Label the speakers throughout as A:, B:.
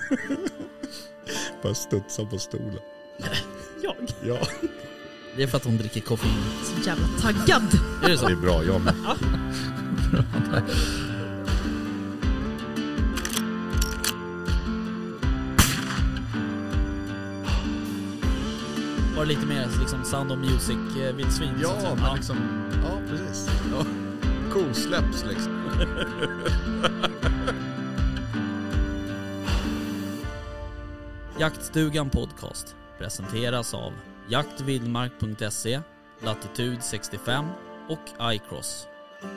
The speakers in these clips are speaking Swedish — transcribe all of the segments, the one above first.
A: Bara studsa på stolen.
B: Jag?
A: Ja.
C: Det är för att hon dricker koffein.
B: Så jävla taggad.
C: Är det så?
A: Det är bra, jag med.
B: Ja.
C: Var det lite mer liksom Sound of Music vildsvin? så att
A: Ja,
C: säga?
A: men liksom... Ja, precis. Ja. Kosläpps liksom.
C: Jaktstugan podcast presenteras av jaktvildmark.se, Latitude 65 och iCross.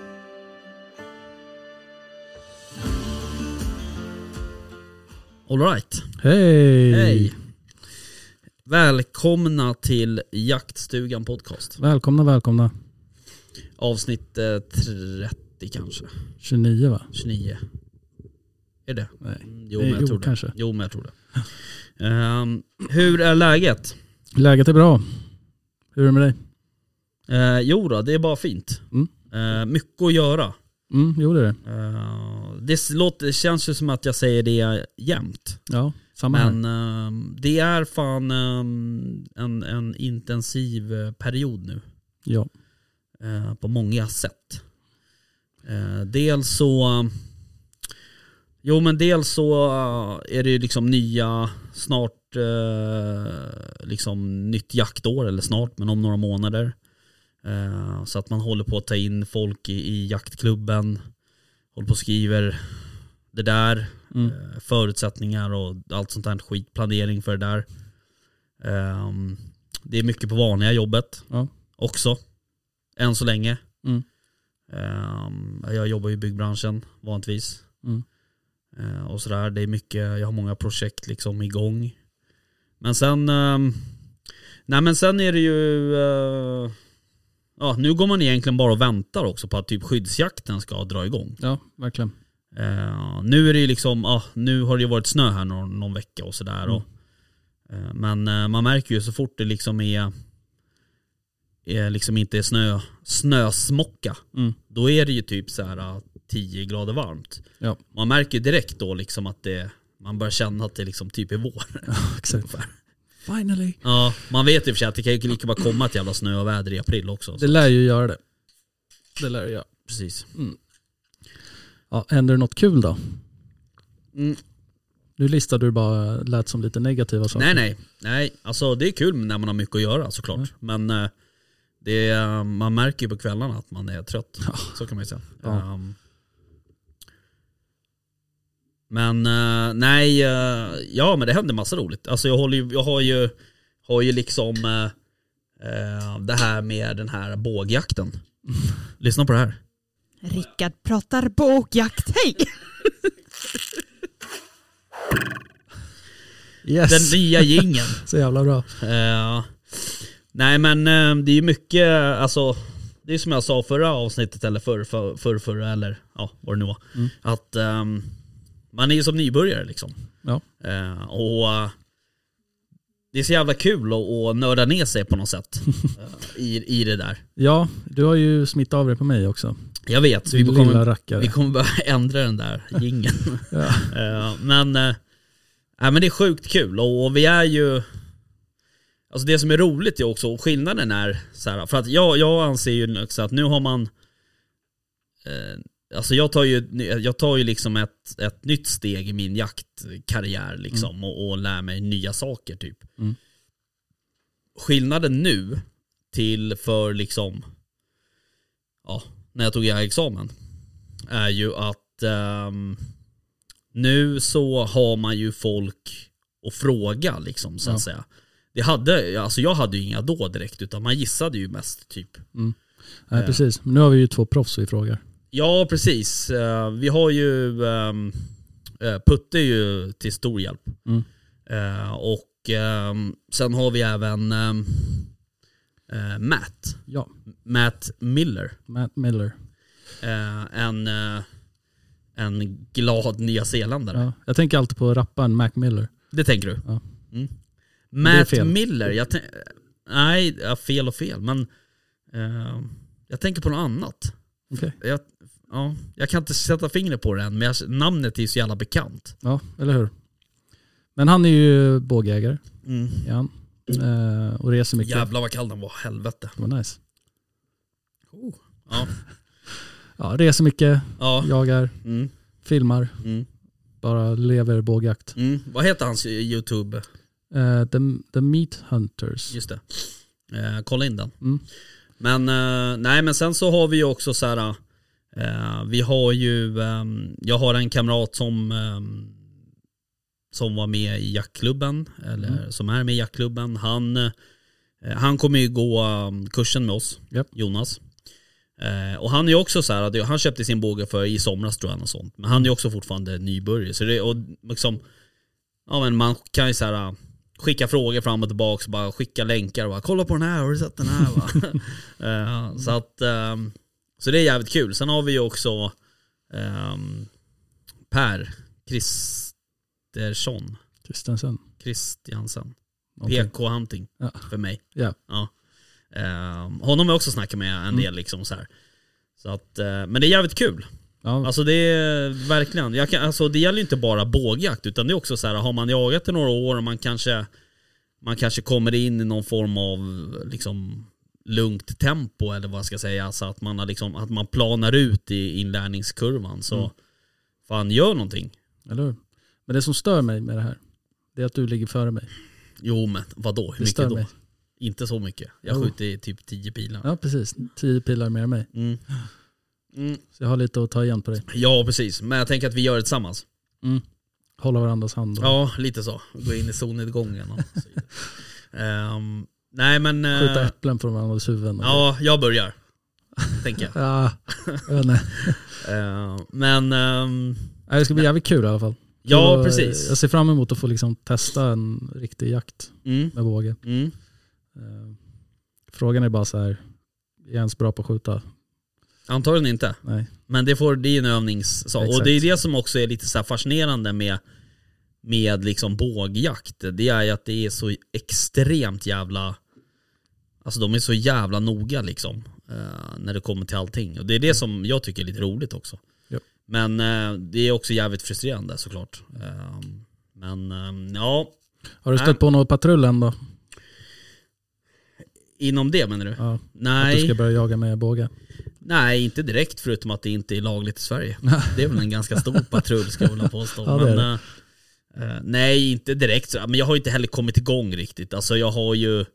C: All right.
D: Hej!
C: Hej. Välkomna till Jaktstugan podcast.
D: Välkomna.
C: Avsnitt 30 kanske.
D: 29 va?
C: 29. Är det?
D: Nej.
C: Jo, men jag tror det.
D: Kanske.
C: Jo, men jag tror det. Hur är läget?
D: Läget är bra. Hur är det med dig?
C: Jo då, det är bara fint. Mycket att göra.
D: Jo det är det.
C: Det känns ju som att jag säger det jämt.
D: Ja, samma här.
C: Men det är fan en intensiv period nu.
D: Ja.
C: På många sätt. Dels så är det ju liksom nya, snart liksom nytt jaktår, eller snart, men om några månader. Så att man håller på att ta in folk i jaktklubben, håller på och skriver det där, förutsättningar och allt sånt här skit, planering för det där. Det är mycket på vanliga jobbet också, än så länge. Jag jobbar ju i byggbranschen vanligtvis. Och sådär, det är mycket, jag har många projekt liksom igång. Men sen sen är det ju nu går man egentligen bara och väntar också på att typ skyddsjakten ska dra igång.
D: Ja, verkligen.
C: Nu är det ju liksom, nu har det ju varit snö här någon vecka och sådär. Men man märker ju så fort det liksom är liksom inte är snösmocka, då är det ju typ så här 10 grader varmt.
D: Ja.
C: Man märker direkt då liksom att man börjar känna att det liksom typ är vår.
D: Ja, exakt. Finally.
C: Ja, man vet ju för sig att det kan ju lika bara komma ett jävla snö och väder i april också.
D: Det lär ju göra det. Det lär det göra.
C: Precis.
D: Ja, händer det något kul då? Nu listade du bara lät som lite negativa saker.
C: Nej, alltså det är kul när man har mycket att göra såklart. Men man märker ju på kvällarna att man är trött.
D: Ja.
C: Så kan man ju säga.
D: Ja.
C: Men men det händer massa roligt. Alltså jag har ju liksom det här med den här bågjakten. Lyssna på det här.
B: Rickard pratar bågjakt, hej!
D: Yes.
C: Den nya jingeln.
D: Så jävla bra.
C: Nej men det är ju mycket, alltså det är som jag sa förra avsnittet eller förra eller ja, vad det nu var. Att man är ju som nybörjare liksom.
D: Ja.
C: Och det är så jävla kul att nörda ner sig på något sätt i det där.
D: Ja, du har ju smittat av det på mig också.
C: Jag vet, så vi kommer börja ändra den där jingeln. Men det är sjukt kul och vi är ju, alltså det som är roligt är också, och skillnaden är så här, för att jag anser ju också att nu har man alltså jag tar ju liksom ett nytt steg i min jaktkarriär liksom, och lär mig nya saker typ. Skillnaden nu till för liksom när jag tog examen är ju att nu så har man ju folk att fråga liksom, så att säga. Jag hade ju inga då direkt, utan man gissade ju mest typ.
D: Nej, precis. Men nu har vi ju 2 proffs vi frågar.
C: Ja, precis. Vi har ju Putte är ju till stor hjälp. Och sen har vi även Matt.
D: Ja.
C: Matt Miller. En glad nyzeeländare.
D: Ja. Jag tänker alltid på rapparen Mac Miller.
C: Det tänker du?
D: Ja.
C: Matt Miller. Nej, fel. Men jag tänker på något annat.
D: Okay.
C: Jag kan inte sätta fingret på det än, men namnet är så jävla bekant.
D: Ja, eller hur? Men han är ju bågjägare.
C: Mm.
D: Ja. Och reser mycket.
C: Jävlar vad kall den var, helvete.
D: Det var nice.
C: Ja.
D: Ja, reser mycket,
C: Ja.
D: jagar, filmar.
C: Mm.
D: Bara lever bågjakt.
C: Vad heter hans YouTube?
D: The Meat Hunters.
C: Just det. Kolla in den.
D: Mm.
C: Men nej, men sen så har vi ju också så här. Vi har ju jag har en kamrat som var med i jaktklubben, eller som är med i jaktklubben. Han kommer ju gå kursen med oss,
D: Yep.
C: Jonas. Och han är ju också så här att han köpte sin båge för i somras tror jag och sånt. Men han är ju också fortfarande nybörjare, så det, och liksom, ja, men man kan ju så här skicka frågor fram och tillbaka, så bara skicka länkar och bara, kolla på den här, har du sett den här? Så att så det är jävligt kul. Sen har vi ju också Per Kristiansen.
D: Okay.
C: PK Hunting för mig.
D: Yeah.
C: Ja. Honom har jag också snackat med en del liksom så här. Så att, men det är jävligt kul.
D: Ja.
C: Alltså det är verkligen, alltså det gäller ju inte bara bågjakt, utan det är också så här, har man jagat i några år och man kanske kommer in i någon form av liksom lugnt tempo, eller vad jag ska säga, alltså att man har liksom, att man planar ut i inlärningskurvan, så fan, gör någonting.
D: Eller hur? Men det som stör mig med det här, det är att du ligger före mig.
C: Jo, men vadå? Hur mycket då? Mig. Inte så mycket. Jag skjuter typ 10 pilar.
D: Ja, precis. 10 pilar mer än mig. Så jag har lite att ta igen på dig.
C: Ja, precis. Men jag tänker att vi gör det tillsammans.
D: Hålla varandras hand.
C: Ja, lite så. Gå in i solnedgången. Nej, men...
D: Skjuta äpplen från varandras huvuden.
C: Ja, jag börjar. Tänker jag.
D: Ja, jag vet inte.
C: Men...
D: Det ska bli jävligt kul i alla fall.
C: Ja,
D: så,
C: precis.
D: Jag ser fram emot att få liksom testa en riktig jakt med båge. Frågan är bara så här, är jag ens bra på att skjuta?
C: Antagligen inte.
D: Nej.
C: Men det är en övningssak. Och det är det som också är lite så här fascinerande med liksom bågjakt. Det är att det är så extremt jävla, alltså de är så jävla noga liksom när det kommer till allting. Och det är det som jag tycker är lite roligt också.
D: Yep.
C: Men det är också jävligt frustrerande såklart. Men ja.
D: Har du stött på någon patrull än då?
C: Inom det menar du?
D: Ja,
C: nej.
D: Att du ska börja jaga med båge?
C: Nej, inte direkt, förutom att det inte är lagligt i Sverige. Det är väl en ganska stor patrull, ska jag vilja påstå.
D: Ja,
C: men nej, inte direkt. Men jag har inte heller kommit igång riktigt. Alltså jag har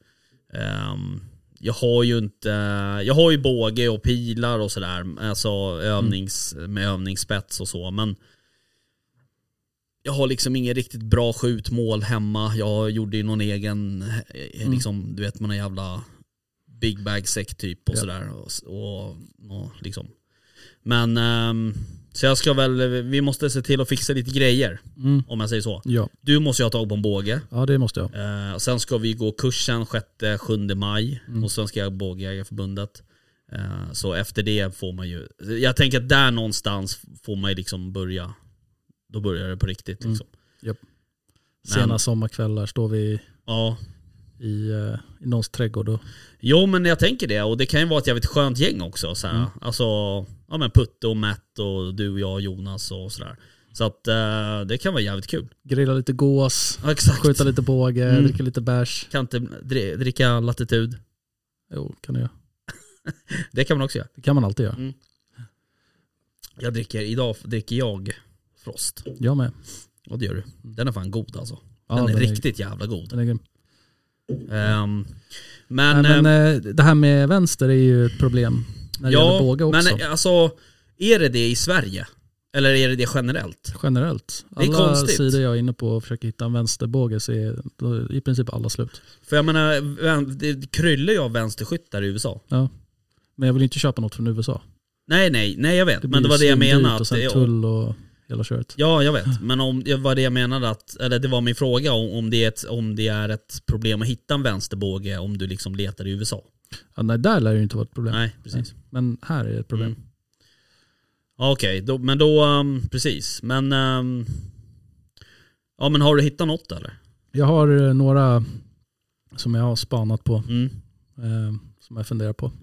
C: ju båge och pilar och sådär. Alltså med övningsspets och så. Men jag har liksom ingen riktigt bra skjutmål hemma. Jag gjorde ju någon egen, liksom, du vet, man har jävla big bag säck typ och sådär. Och liksom. Men så jag ska vi måste se till att fixa lite grejer, om jag säger så.
D: Ja.
C: Du måste ju ha tag på en båge.
D: Ja, det måste jag.
C: Sen ska vi gå kursen 6-7 maj hos Svenska Bågjägareförbundet. Så efter det får man ju, jag tänker att där någonstans får man ju liksom börja. Då börjar det på riktigt liksom.
D: Yep. Sena sommarkvällar står vi i någons trädgård då. Jo,
C: men jag tänker det. Och det kan ju vara ett jävligt skönt gäng också så här. Alltså, ja, men Putte och Matt och du och jag och Jonas och sådär. Så att det kan vara jävligt kul.
D: Grilla lite gås, skjuta lite båge, dricka lite bärs.
C: Kan inte dricka latitud?
D: Jo, kan du göra.
C: Det kan man också göra.
D: Det kan man alltid göra.
C: Idag dricker jag Frost.
D: Jag med.
C: Och det gör du. Den är fan god alltså.
D: Ja,
C: den är riktigt jävla god.
D: Den är grym.
C: Men
D: det här med vänster är ju ett problem när det gäller båge också.
C: Men alltså, är det i Sverige? Eller är det generellt?
D: Generellt.
C: Det är
D: alla
C: konstigt.
D: Sidor jag är inne på och försöker hitta en vänsterbåge så är i princip alla slut.
C: För jag menar, det kryllar ju av vänsterskyttar i USA.
D: Ja. Men jag vill inte köpa något från USA.
C: Nej jag vet. Men det var det jag menade.
D: Och sen tull och hela köret.
C: Ja, jag vet. Men var det jag menade eller det var min fråga om det är ett problem att hitta en vänsterbåge om du liksom letar i USA.
D: Ja, nej, där lär det ju inte vara ett problem.
C: Nej, precis.
D: Nej. Men här är det ett problem.
C: Okej, men då precis. Men ja, men har du hittat något eller?
D: Jag har några som jag har spanat på. Som jag funderar på.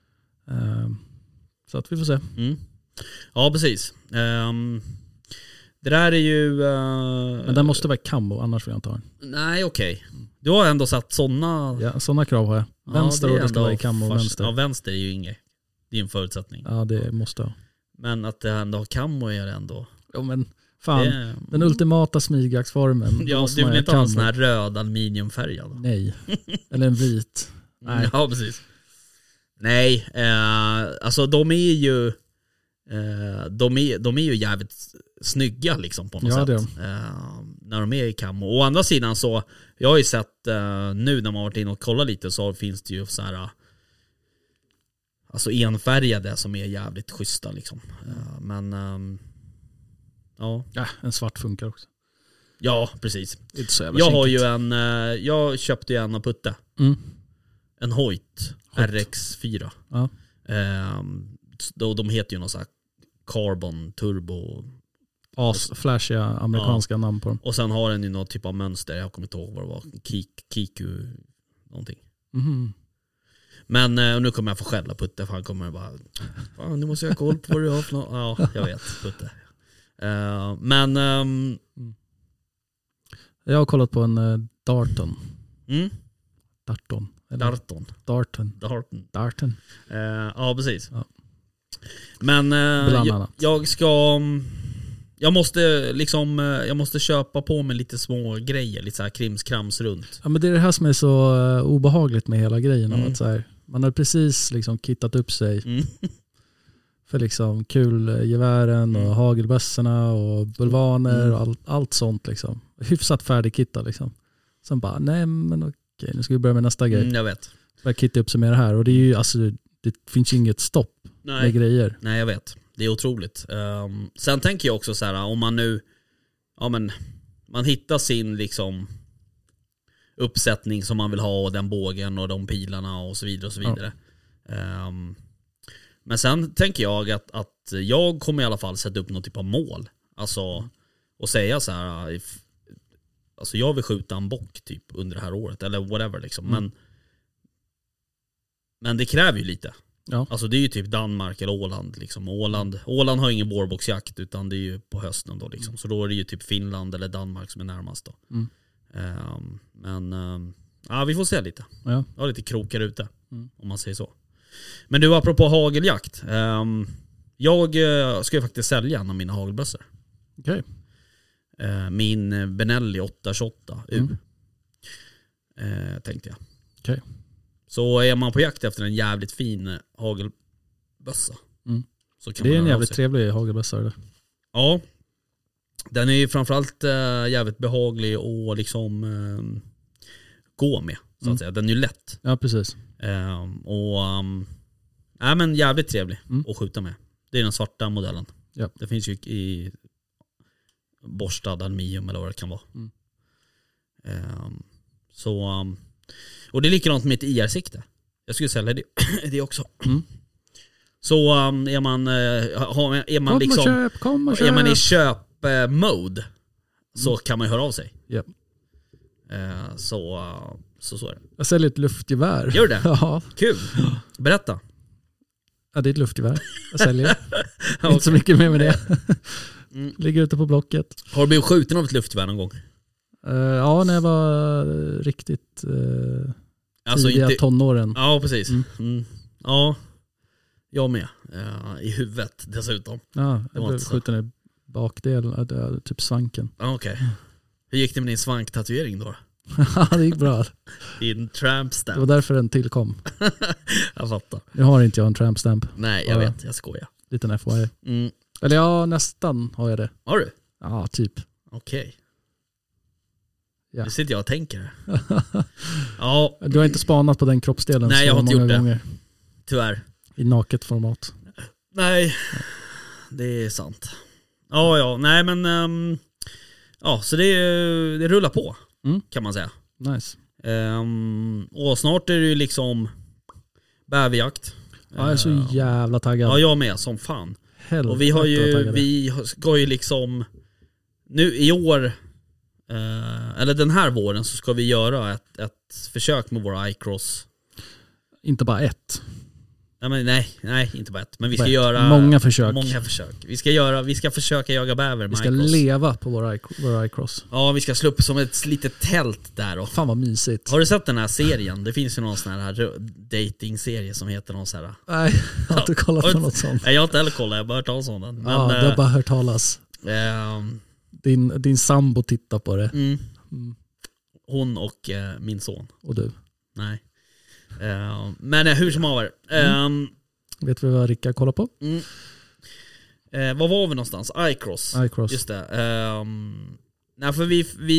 D: Så att vi får se.
C: Ja, precis. Det där är ju...
D: Men den måste vara camo, annars vill jag inte ha den.
C: Nej, okej. Du har ändå satt sådana...
D: Ja, sådana krav har jag. Vänster och det ska vara i camo vänster.
C: Ja, vänster är ju inget. Det är en förutsättning.
D: Ja, det måste jag.
C: Men att det ändå har camo är det ändå...
D: Ja, men fan. Den ultimata smygjaktsformen.
C: Ja, du vill inte ha en sån här röd aluminiumfärgad?
D: Nej. Eller en vit. Nej.
C: Ja, precis. Nej, alltså de är ju... De är ju jävligt snygga liksom på något sätt. När de är i camo. Å andra sidan så, jag har ju sett nu när man varit inne och kollat lite, så finns det ju så här, alltså enfärgade som är jävligt schyssta liksom. Men ja,
D: en svart funkar också.
C: Ja, precis.
D: Jag
C: har ju jag köpte ju en av Putte. En Hoyt RX4.
D: Ja.
C: De heter ju något så här Carbon Turbo.
D: Flashiga amerikanska namn på dem.
C: Och sen har den ju någon typ av mönster. Jag kommer inte ihåg vad det var. Kiku någonting. Men nu kommer jag få skälla Putte, för han kommer bara, fan, nu måste jag ha koll på vad du har för något. Ja, jag vet, Putte. Men
D: jag har kollat på en Darton. Darton.
C: Ja, precis.
D: Ja.
C: Men jag måste köpa på mig lite små grejer, lite så här krimskrams runt.
D: Ja, men det är det här som är så obehagligt med hela grejen. Att så här, man har precis liksom kittat upp sig för liksom kulgevären och hagelbössorna och bulvaner och allt sånt liksom. Hyfsat färdigkittat liksom. Sen bara, nej men okej, nu ska vi börja med nästa grej.
C: Jag vet.
D: Börja kitta upp sig med det här. Och det är ju, alltså, det finns ju inget stopp med grejer.
C: Nej, jag vet. Det är otroligt. Sen tänker jag också så här, om man nu, ja men, man hittar sin liksom uppsättning som man vill ha, och den bågen och de pilarna och så vidare och så vidare. Ja. Men sen tänker jag att jag kommer i alla fall sätta upp någon typ av mål. Alltså, och säga så här, alltså jag vill skjuta en bock typ under det här året eller whatever liksom. Men det kräver ju lite. Ja. Alltså det är ju typ Danmark eller Åland liksom. Åland har ingen vårboxjakt, utan det är ju på hösten då liksom. Så då är det ju typ Finland eller Danmark som är närmast då. Men vi får se lite. Ja. Jag har lite krokar ute om man säger så. Men du, apropå hageljakt. Jag ska ju faktiskt sälja en av mina hagelbössor.
D: Okej.
C: Min Benelli 828 U. Tänkte jag.
D: Okej.
C: Så är man på jakt efter en jävligt fin hagelbössa. Så kan
D: det är
C: man
D: en jävligt trevlig hagelbössa eller?
C: Ja. Den är ju framförallt jävligt behaglig och liksom gå med så att säga. Den är ju lätt.
D: Ja, precis.
C: Men jävligt trevlig att skjuta med. Det är den svarta modellen.
D: Ja.
C: Det finns ju i borstad aluminium eller vad det kan vara. Och det är likadant med ett IR-sikte. Jag skulle sälja det också. Så är man i köp-mode så kan man höra av sig.
D: Yep.
C: Så är det.
D: Jag säljer ett luftgevär.
C: Gör det?
D: Ja.
C: Kul. Berätta.
D: Ja, det är ett luftgevär. Jag säljer. Okay. Inte så mycket mer med det. Ligger ute på Blocket.
C: Har du blivit skjuten av ett luftgevär någon gång?
D: Ja, när jag var riktigt tidiga tonåren.
C: Ja, precis. Ja, jag med. I huvudet dessutom.
D: Ja, jag blev skjuten i bakdelen, typ svanken.
C: Okej. Hur gick det med din svanktatuering då?
D: Ja, det gick bra.
C: Din tramp stamp.
D: Det var därför den tillkom.
C: Jag fattar.
D: Nu har inte jag en tramp stamp.
C: Nej, jag vet. Jag skojar.
D: Liten FYI. Eller ja, nästan har jag det.
C: Har du?
D: Ja, typ.
C: Okej.
D: Ja.
C: Nu sitter jag och tänker. Ja.
D: Du har inte spanat på den kroppsdelen.
C: Nej, jag har inte gjort
D: gånger.
C: Det. Tyvärr.
D: I naket format.
C: Nej, det är sant. Ja. Nej, men så det rullar på kan man säga.
D: Nice.
C: Och snart är det ju liksom bäverjakt.
D: Ja, jag är så jävla taggad.
C: Ja, jag med som fan.
D: Helvete.
C: Och vi ska ju liksom nu i år eller den här våren så ska vi göra ett försök med våra iCross.
D: Inte bara ett.
C: Nej, inte bara ett. Men vi ska
D: Bara
C: göra
D: många försök.
C: Vi ska försöka jaga bäver med
D: Vi ska
C: iCross.
D: leva på våra iCross.
C: Ja, vi ska slå upp som ett litet tält där då.
D: Fan vad mysigt.
C: Har du sett den här serien? Det finns ju någon sån här dating-serie som heter någon sån här.
D: Nej, jag har inte kollat på något sånt.
C: Nej, jag har inte heller kollat, jag har bara hört talas om den. Men,
D: Ja, du har bara hört talas. Din sambo tittar på det.
C: hon och min son.
D: Och du.
C: Nej. Men hur som haver.
D: Vet vi vad Rickard kollar på?
C: Var var vi någonstans? iCross. Just det. Nej, för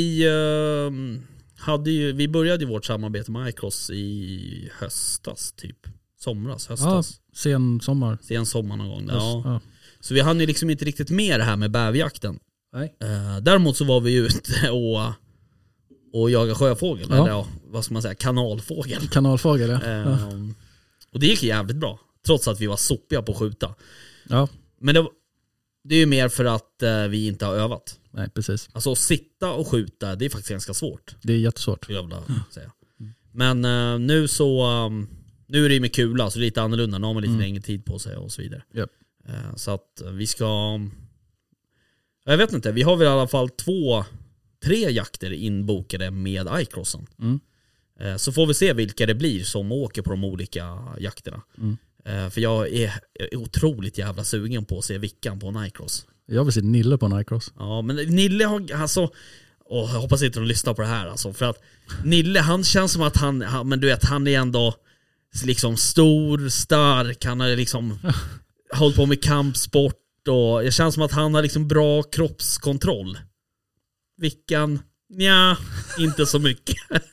C: vi började ju vårt samarbete med iCross i höstas typ. Höstas.
D: Ja, sen sommar
C: någon gång där. Ja. Så vi hann ju liksom inte riktigt med det här med bäverjakten.
D: Nej.
C: Däremot så var vi ute och jaga sjöfågel.
D: Ja.
C: Eller vad ska man säga? Kanalfågel,
D: ja.
C: Och det gick jävligt bra. Trots att vi var sopiga på att skjuta.
D: Ja.
C: Men det är ju mer för att vi inte har övat.
D: Nej, precis.
C: Alltså sitta och skjuta, det är faktiskt ganska svårt.
D: Det är jättesvårt.
C: Säga. Men nu är det ju med kula, så det är lite annorlunda. Nu har man lite längre tid på sig och så vidare.
D: Yep.
C: Så att vi ska... Jag vet inte, vi har väl i alla fall 3 jakter inbokade med iCrossen. Så får vi se vilka det blir som åker på de olika jakterna. För jag är otroligt jävla sugen på att se Vickan på en iCross.
D: Jag vill se Nille på en iCross.
C: Ja, men Nille har alltså... jag hoppas inte de lyssnar på det här alltså, för att Nille, han känns som att men du vet, han är ändå liksom stor, stark, han har liksom hållit på med kampsport och det känns som att han har liksom bra kroppskontroll. Vickan, nja, inte så mycket.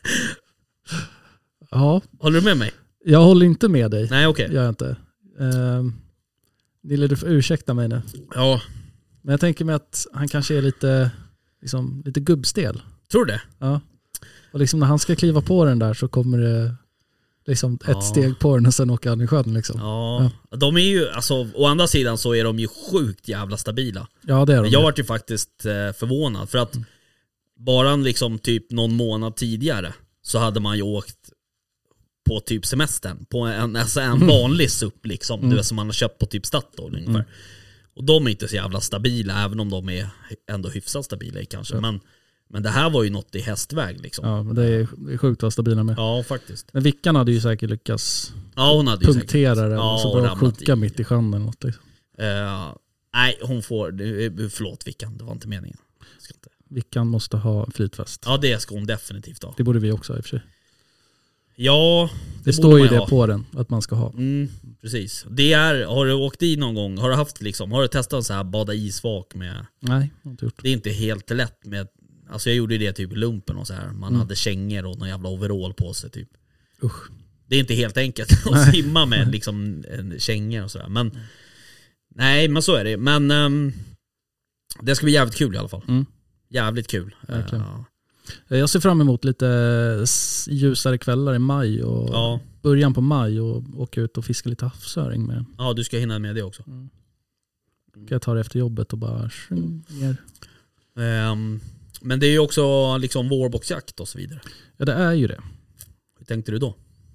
D: Ja.
C: Håller du med mig?
D: Jag håller inte med dig.
C: Nej, okej.
D: Gör jag inte. Nille, du får ursäkta mig nu.
C: Ja.
D: Men jag tänker mig att han kanske är lite gubbstel.
C: Tror du det?
D: Ja. Och liksom när han ska kliva på den där så kommer det liksom ett steg på den och sen åker han i sjön liksom.
C: Ja. De är ju, alltså, å andra sidan så är de ju sjukt jävla stabila.
D: Ja, det är de.
C: Jag var ju faktiskt förvånad för att bara liksom typ någon månad tidigare så hade man ju åkt på typ semestern på en vanlig SUP liksom, du vet, som man har köpt på typ Statoil ungefär. Och de är inte så jävla stabila, även om de är ändå hyfsat stabila kanske. Men det här var ju något i hästväg liksom.
D: Ja, men det är sjukt att stabila med.
C: Ja, faktiskt.
D: Men Vickan hade ju säkert lyckats
C: hon hade
D: punktera det och så bara sjunka mitt i sjön eller något liksom.
C: Nej, hon får... Förlåt Vickan, det var inte meningen.
D: Vickan måste ha flytväst.
C: Ja, det ska hon definitivt ha.
D: Det borde vi också ha i och för sig.
C: Ja,
D: det står ju det på den att man ska ha.
C: Precis. Har du åkt i någon gång? Har du testat så här bada isvak med?
D: Nej, jag har inte gjort.
C: Det är inte helt lätt med. Alltså jag gjorde det typ i lumpen och så här. Man hade kängor och någon jävla overall på sig typ.
D: Usch.
C: Det är inte helt enkelt att simma med liksom kängor och sådär. Men nej, men så är det. Men det ska bli jävligt kul i alla fall. Jävligt kul.
D: Jag ser fram emot lite ljusare kvällar i maj och början på maj och åka ut och fiska lite havsöring med.
C: Ja, du ska hinna med det också.
D: Jag tar det efter jobbet och bara ner.
C: Men det är ju också liksom vårboxjakt och så vidare.
D: Ja, det är ju det.
C: Hur tänkte du då?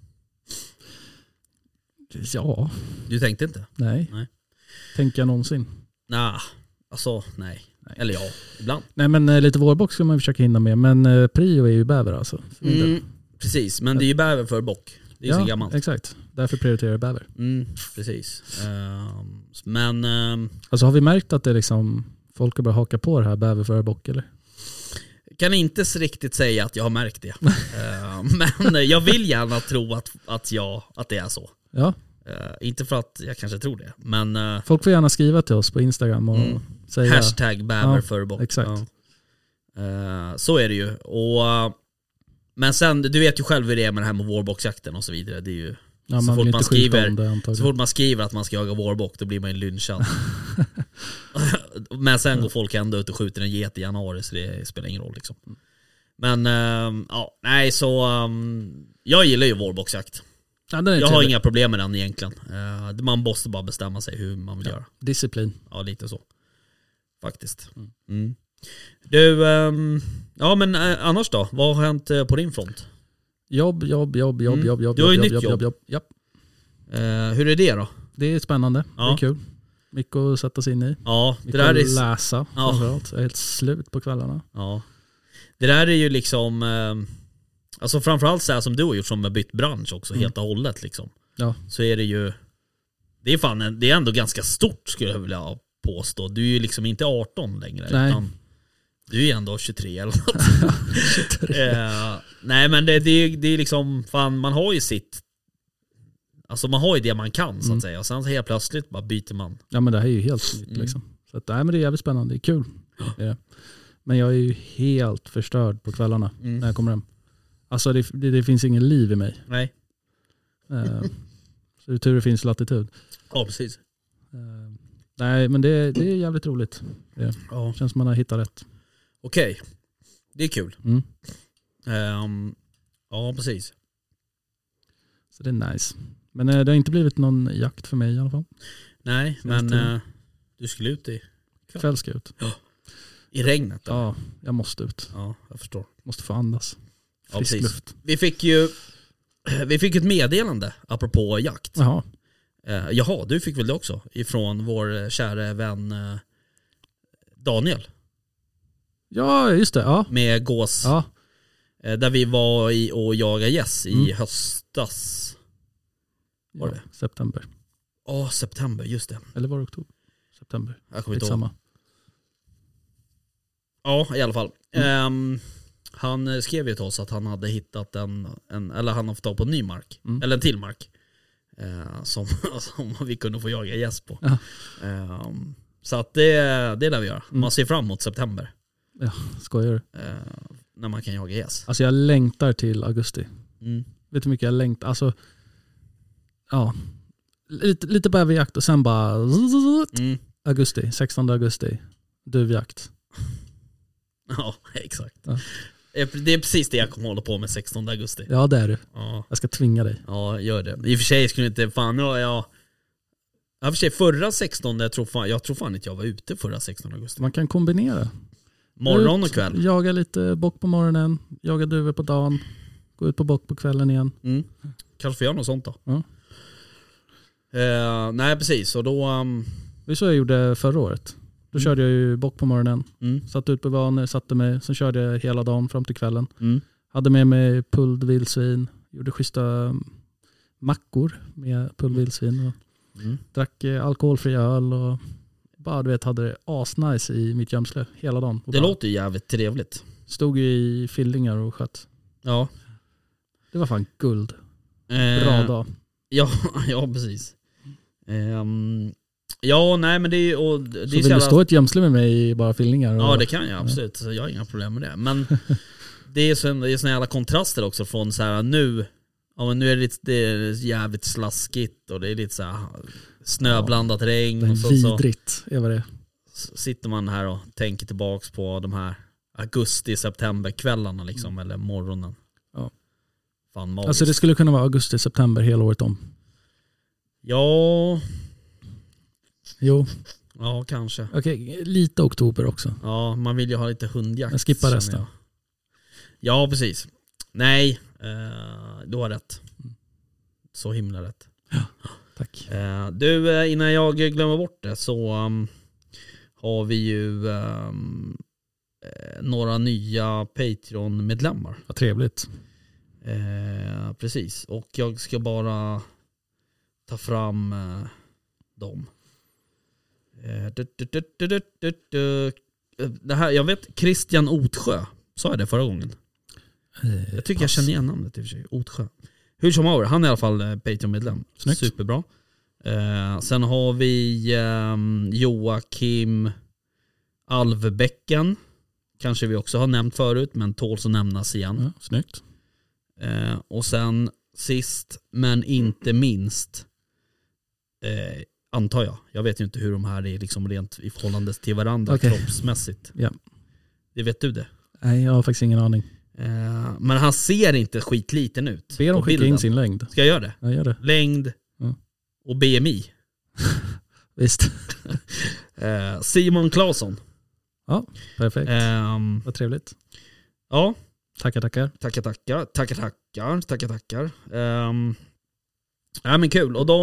D: Ja.
C: Du tänkte inte?
D: Nej. Tänker jag någonsin?
C: Nej. Eller ja, ibland.
D: Nej, men lite vårbock ska man försöka hinna med. Men prio är ju bäver alltså.
C: Precis, men det är ju bäver för bock. Det är ju så gammalt.
D: Exakt. Därför prioriterar jag bäver.
C: Precis. Men...
D: Alltså har vi märkt att det liksom folk har börjat haka på det här bäver för bock eller?
C: Kan inte riktigt säga att jag har märkt det. Men jag vill gärna tro att det är så. Ja. Inte för att jag kanske tror det, men
D: folk får gärna skriva till oss på Instagram och säga
C: hashtag bäverförbock.
D: Exakt.
C: Så är det ju. Men sen, du vet ju själv hur det är med det här med vårboxjakten och så vidare. Det är ju så fort man skriver att man ska jaga vårbock, då blir man ju lynchad. Men sen går folk ändå ut och skjuter en get i januari, så det spelar ingen roll liksom. Men jag gillar ju vårboxjakt. Jag har inga problem med den egentligen. Man måste bara bestämma sig hur man vill göra.
D: Disciplin.
C: Ja, lite så. Faktiskt. Du, men annars då? Vad har hänt på din front?
D: Jobb.
C: Du har ju nytt jobb.
D: Japp.
C: Hur är det då?
D: Det är spännande,
C: Ja.
D: det är kul. Mycket att sätta sig in i.
C: Ja, det
D: Mycket
C: där
D: att
C: är...
D: läsa framförallt. Jag är helt slut på kvällarna.
C: Ja. Det där är ju liksom... alltså framförallt så här som du har gjort, som har bytt bransch också helt och hållet liksom.
D: Ja.
C: Så är det ju... Det är fan det är ändå ganska stort skulle jag vilja påstå. Du är ju liksom inte 18 längre.
D: Nej.
C: Utan du är ju ändå 23 eller något.
D: 23.
C: Nej men det är liksom... Fan, man har ju sitt... Alltså man har ju det man kan så att säga. Och sen så helt plötsligt bara byter man.
D: Ja men det här är ju helt nytt liksom. Så att, nej, men det är jävligt spännande, det är kul. Det är det. Men jag är ju helt förstörd på kvällarna när jag kommer hem. Alltså det finns ingen liv i mig.
C: Nej.
D: Så det är tur det finns latitud.
C: Ja precis.
D: Nej men det är jävligt roligt. Det
C: Ja.
D: känns som man har hittat rätt.
C: Okej. Det är kul.
D: Mm.
C: Ja precis.
D: Så det är nice. Men det har inte blivit någon jakt för mig i alla fall.
C: Nej men du skulle ut i
D: Kväll ska jag ut.
C: i regnet eller?
D: Ja, jag måste ut.
C: Ja, jag förstår.
D: Måste få andas.
C: Ja,
D: Frisk
C: precis.
D: luft.
C: Vi fick ett meddelande apropå jakt.
D: Jaha.
C: Jaha, du fick väl det också ifrån vår kära vän Daniel
D: Ja, just det. Ja.
C: med gås.
D: Ja.
C: Där vi var i och jagade gäss i höstas. Var det?
D: September.
C: Ja, september, just det.
D: Eller var det oktober? September.
C: Jag kommer inte ihåg.
D: Samma.
C: Ja, i alla fall. Han skrev ju till oss att han hade hittat eller han har fått tag på en ny mark. Eller en till mark. Som vi kunde få jaga gäss på.
D: Ja.
C: Så att det är det vi gör. Man ser fram emot september.
D: Ja, skojar du?
C: När man kan jaga gäss.
D: Alltså jag längtar till augusti. Vet du hur mycket jag längtar? Alltså, ja. Lite bäverjakt och sen bara augusti, 16 augusti. Duvjakt.
C: Ja, exakt.
D: Ja.
C: Det är precis det jag kommer hålla på med 16 augusti.
D: Ja, det är du.
C: Ja.
D: Jag ska tvinga dig.
C: Ja, gör det. I och för sig skulle inte fan jag i och för sig förra 16 jag tror fan inte jag var ute förra 16 augusti.
D: Man kan kombinera.
C: Morgon och kväll.
D: Jaga lite bock på morgonen, jaga duvor på dagen, gå ut på bock på kvällen igen.
C: Kanske får göra något sånt då.
D: Ja.
C: Nej precis, och då
D: Det är så jag gjorde förra året. Då körde jag ju bock på morgonen, satt ut på vanor, satte mig, sen körde jag hela dagen fram till kvällen. Hade med mig pulled vildsvin, gjorde schyssta mackor med pulled vildsvin och drack alkoholfri öl och bara du vet hade det asnice i mitt gömsle hela dagen. Och
C: det
D: bara
C: låter ju jävligt trevligt.
D: stod ju i fillingar och sköt.
C: Ja.
D: Det var fan guld. Bra dag.
C: Ja, precis. Ja, nej men det är ju... Och det
D: Så
C: är
D: vill du stå ett gömsle med mig i bara fillingar?
C: Ja, det kan jag absolut. Så jag har inga problem med det. Men det är såna jävla kontraster också från så här nu... Ja, men nu är det är jävligt slaskigt och det är lite så här snöblandat regn.
D: Det är
C: och så
D: vidrigt, är vad det är.
C: sitter man här och tänker tillbaks på de här augusti-september-kvällarna liksom, eller morgonen.
D: Ja.
C: Fan magiskt.
D: Alltså det skulle kunna vara augusti-september hela året om.
C: Ja...
D: Jo.
C: Ja, kanske.
D: Okej, lite oktober också.
C: Ja, man vill ju ha lite hundjakt.
D: Jag skippar resten.
C: Jag. Ja, precis. Nej, du har rätt. Så himla rätt.
D: Ja, tack.
C: Du, innan jag glömmer bort det så har vi ju några nya Patreon-medlemmar.
D: Vad trevligt.
C: Precis, och jag ska bara ta fram dem. Det här, jag vet Christian Otsjö, sa jag det förra gången? Jag tycker jag känner igen namnet i och för sig, Otsjö. Hur som helst, han är i alla fall Patreon-medlem.
D: Snyggt.
C: Superbra. Sen har vi Joakim Alvbäcken. Kanske vi också har nämnt förut, men tåls att nämnas igen.
D: Ja, snyggt.
C: Och sen sist men inte minst, antar jag vet ju inte hur de här är liksom rent i förhållande till varandra kroppsmässigt.
D: Ja.
C: Det vet du det?
D: Nej, jag har faktiskt ingen aning.
C: Men han ser inte skitliten ut.
D: Be dem
C: på
D: skicka
C: bilden.
D: in sin längd.
C: Ska jag göra det?
D: Jag gör det.
C: Längd och BMI.
D: Visst.
C: Simon Claesson.
D: Ja, perfekt. Vad trevligt.
C: Ja.
D: Tackar.
C: Tackar. Ja men kul. Och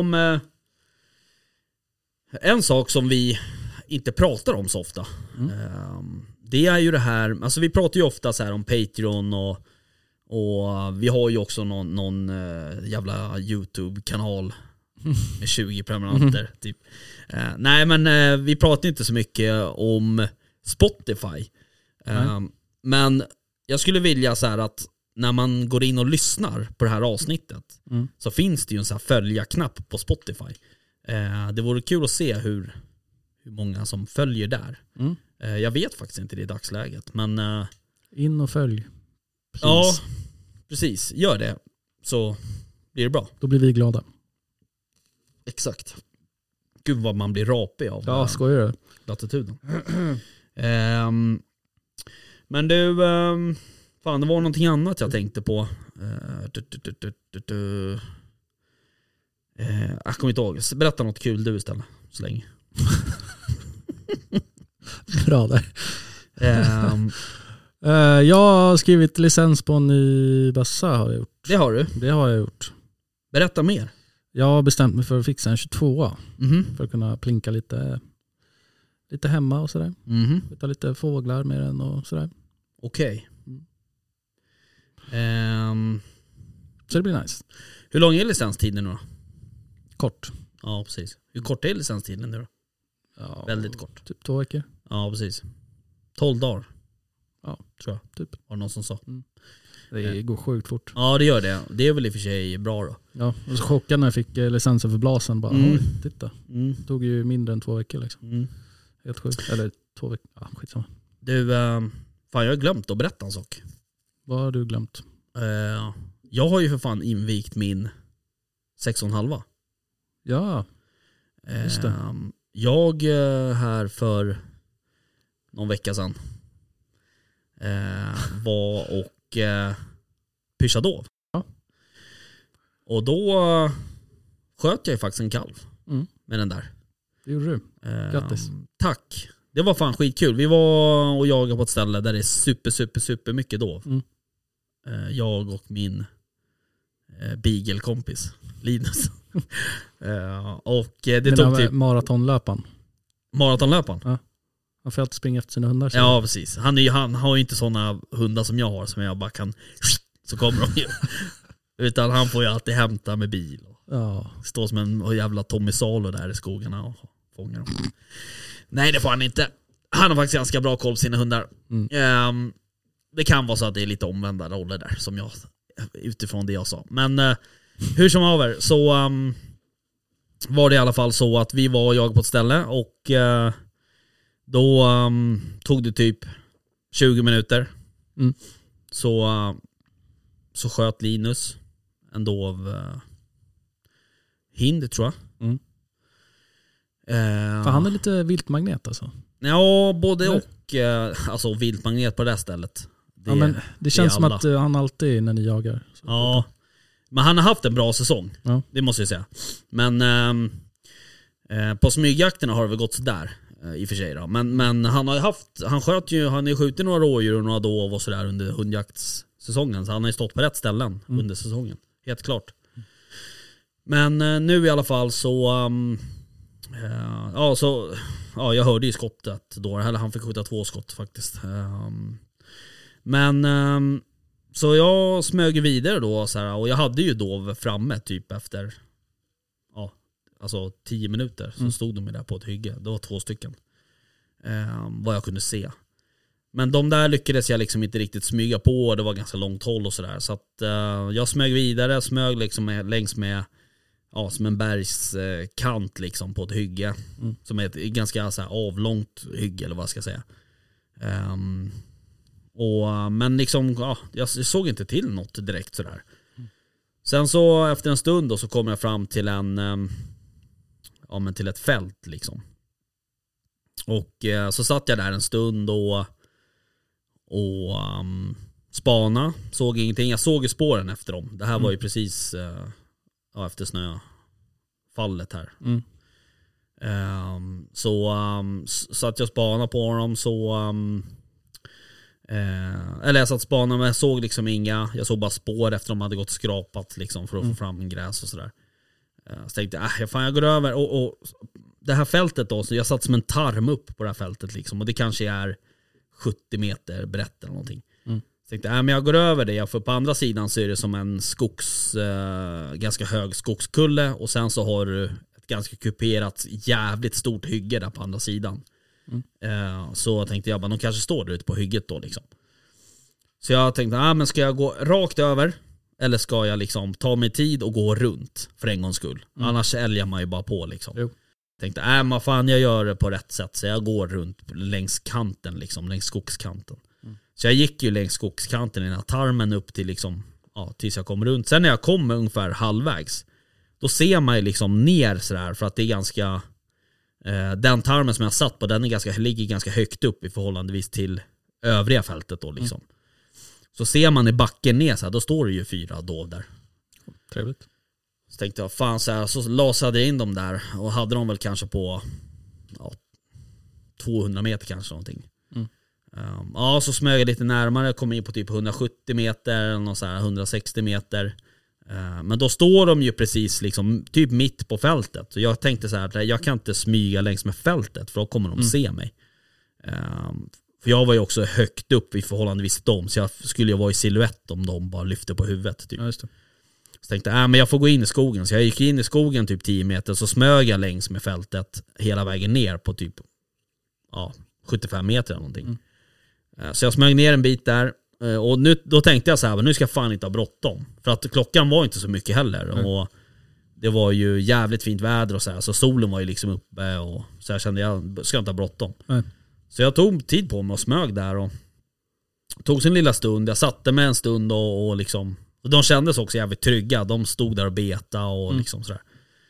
C: en sak som vi inte pratar om så ofta, det är ju det här, alltså vi pratar ju ofta så här om Patreon och vi har ju också någon jävla YouTube-kanal med 20 prenumeranter typ. Nej men vi pratar inte så mycket om Spotify. Men jag skulle vilja så här att när man går in och lyssnar på det här avsnittet så finns det ju en så här följa-knapp på Spotify. Det vore kul att se hur många som följer där. Jag vet faktiskt inte det i dagsläget, men
D: in och följ.
C: Precis. Ja, precis. Gör det så blir det bra.
D: Då blir vi glada.
C: Exakt. Gud vad man blir rapig av.
D: Ja, skojar du?
C: Latituden. Men du, fan det var någonting annat jag tänkte på. Jag kommer inte ihåg. Berätta något kul du istället så länge.
D: Bra där. Jag har skrivit licens på en ny bössa har jag gjort.
C: Det har du?
D: Det har jag gjort.
C: Berätta mer. Jag
D: har bestämt mig för att fixa en 22 för att kunna plinka lite hemma och sådär. Ta lite fåglar med den och sådär.
C: Okej.
D: Så det blir nice.
C: Hur lång är licenstiden nu då?
D: Kort.
C: Ja, precis. Hur kort är licenstiden nu då?
D: Ja,
C: väldigt kort.
D: Typ 2 veckor.
C: Ja, precis. 12 dagar.
D: Ja,
C: tror jag.
D: Typ.
C: Var det någon som sa.
D: Det går sjukt fort.
C: Ja, det gör det. Det är väl i och för sig bra då.
D: Ja, och så chockad när jag fick licensen för blasen. Bara, titta. Det tog ju mindre än 2 veckor liksom. Helt sjukt. Eller 2 veckor. Ja, skitsamma.
C: Du, fan jag har glömt att berätta en sak.
D: Vad har du glömt?
C: Jag har ju för fan invigt min 6,5.
D: Ja, just det.
C: Jag här för någon vecka sedan var och pyschade dov.
D: Ja.
C: Och då sköt jag ju faktiskt en kalv med den där.
D: Det gjorde du. Grattis.
C: Tack. Det var fan skitkul. Vi var och jagade på ett ställe där det är super mycket dov. Jag och min beagle-kompis Linus. Och det tog typ
D: maratonlöpan.
C: Maratonlöpan.
D: Ja. Han får alltid springa efter sina hundar. Så.
C: Ja, precis. Han har ju inte såna hundar som jag har som jag bara kan så kommer de ju. Utan han får ju alltid hämta med bil och stå som en jävla Tommy Salo där i skogarna och fånga dem. Nej, det får han inte. Han har faktiskt ganska bra koll på sina hundar. Det kan vara så att det är lite omvända roller där som jag utifrån det jag sa. Men hur som haver så var det i alla fall så att vi var och jagade på ett ställe och då tog det typ 20 minuter. Så sköt Linus en dov hind tror jag.
D: För han är lite viltmagnet alltså.
C: Ja, både och alltså viltmagnet på det här stället.
D: Men det känns som att han alltid är när ni jagar. Så.
C: Ja, men han har haft en bra säsong. Ja. Det måste jag säga. Men på smygjakterna har det väl gått sådär i och för sig då. Men han har ju skjutit några rådjur och några dov och sådär under hundjaktssäsongen. Så han har ju stått på rätt ställen under säsongen. Helt klart. Men nu i alla fall så jag hörde ju skottet då. Eller han fick skjuta 2 skott faktiskt. Men så jag smög vidare då så här, och jag hade ju dov framme typ efter 10 minuter så stod de där på ett hygge. Det var 2 stycken. Vad jag kunde se. Men de där lyckades jag liksom inte riktigt smyga på. Det var ganska långt håll och sådär. Så att jag smög vidare. Smög liksom längs med som en bergskant liksom på ett hygge. Som är ett ganska så här, avlångt hygge eller vad jag ska säga. Men liksom jag såg inte till något direkt sådär. Sen så efter en stund då så kom jag fram till till ett fält liksom. Och så satt jag där en stund och spana, såg ingenting. Jag såg ju spåren efter dem. Det här var ju precis efter snöfallet här. Så att jag spanade på dem eller jag satt spanade men jag såg liksom inga. Jag såg bara spår efter de hade gått skrapat liksom för att få fram en gräs och sådär. Så tänkte jag går över. Och det här fältet då, så jag satt som en tarm upp på det här fältet liksom. Och det kanske är 70 meter brett eller någonting. Så tänkte men jag går över det. För på andra sidan så är det som en ganska hög skogskulle. Och sen så har du ett ganska kuperat, jävligt stort hygge där på andra sidan. Så tänkte jag bara, de kanske står där ute på hygget då liksom. Så jag tänkte, men ska jag gå rakt över? Eller ska jag liksom ta mig tid och gå runt för en gångs skull? Annars älgar man ju bara på liksom. Jo. Tänkte, vad fan, jag gör det på rätt sätt. Så jag går runt längs kanten liksom, längs skogskanten. Så jag gick ju längs skogskanten i den här tarmen upp till liksom, tills jag kom runt. Sen när jag kom ungefär halvvägs, då ser man ju liksom ner sådär, för att det är ganska den tarmen som jag satt på, den är ligger ganska högt upp i förhållandevis till övriga fältet då liksom. Så ser man i backen ner så här, då står det ju 4 dov där.
D: Trevligt.
C: Så tänkte jag, fan så här, så lasade jag in dem där och hade dem väl kanske på 200 meter kanske någonting. Så smög jag lite närmare, kom in på typ 170 meter eller något så här, 160 meter. Men då står de ju precis liksom typ mitt på fältet. Så jag tänkte så här, jag kan inte smyga längs med fältet, för då kommer de se mig. För jag var ju också högt upp i förhållandevis till dem, så jag skulle ju vara i silhuett om de bara lyfte på huvudet typ. Ja, just det. Så tänkte men jag får gå in i skogen. Så jag gick in i skogen typ 10 meter, så smög jag längs med fältet hela vägen ner på typ 75 meter eller någonting. Så jag smög ner en bit där. Och då tänkte jag så här, nu ska jag fan inte ha bråttom. För att klockan var inte så mycket heller. Och det var ju jävligt fint väder och så här. Så solen var ju liksom uppe. Och så jag kände, jag ska inte ha bråttom. Så jag tog tid på mig och smög där. Och tog sin lilla stund. Jag satte mig en stund och liksom. Och de kändes också jävligt trygga. De stod där och beta och liksom sådär.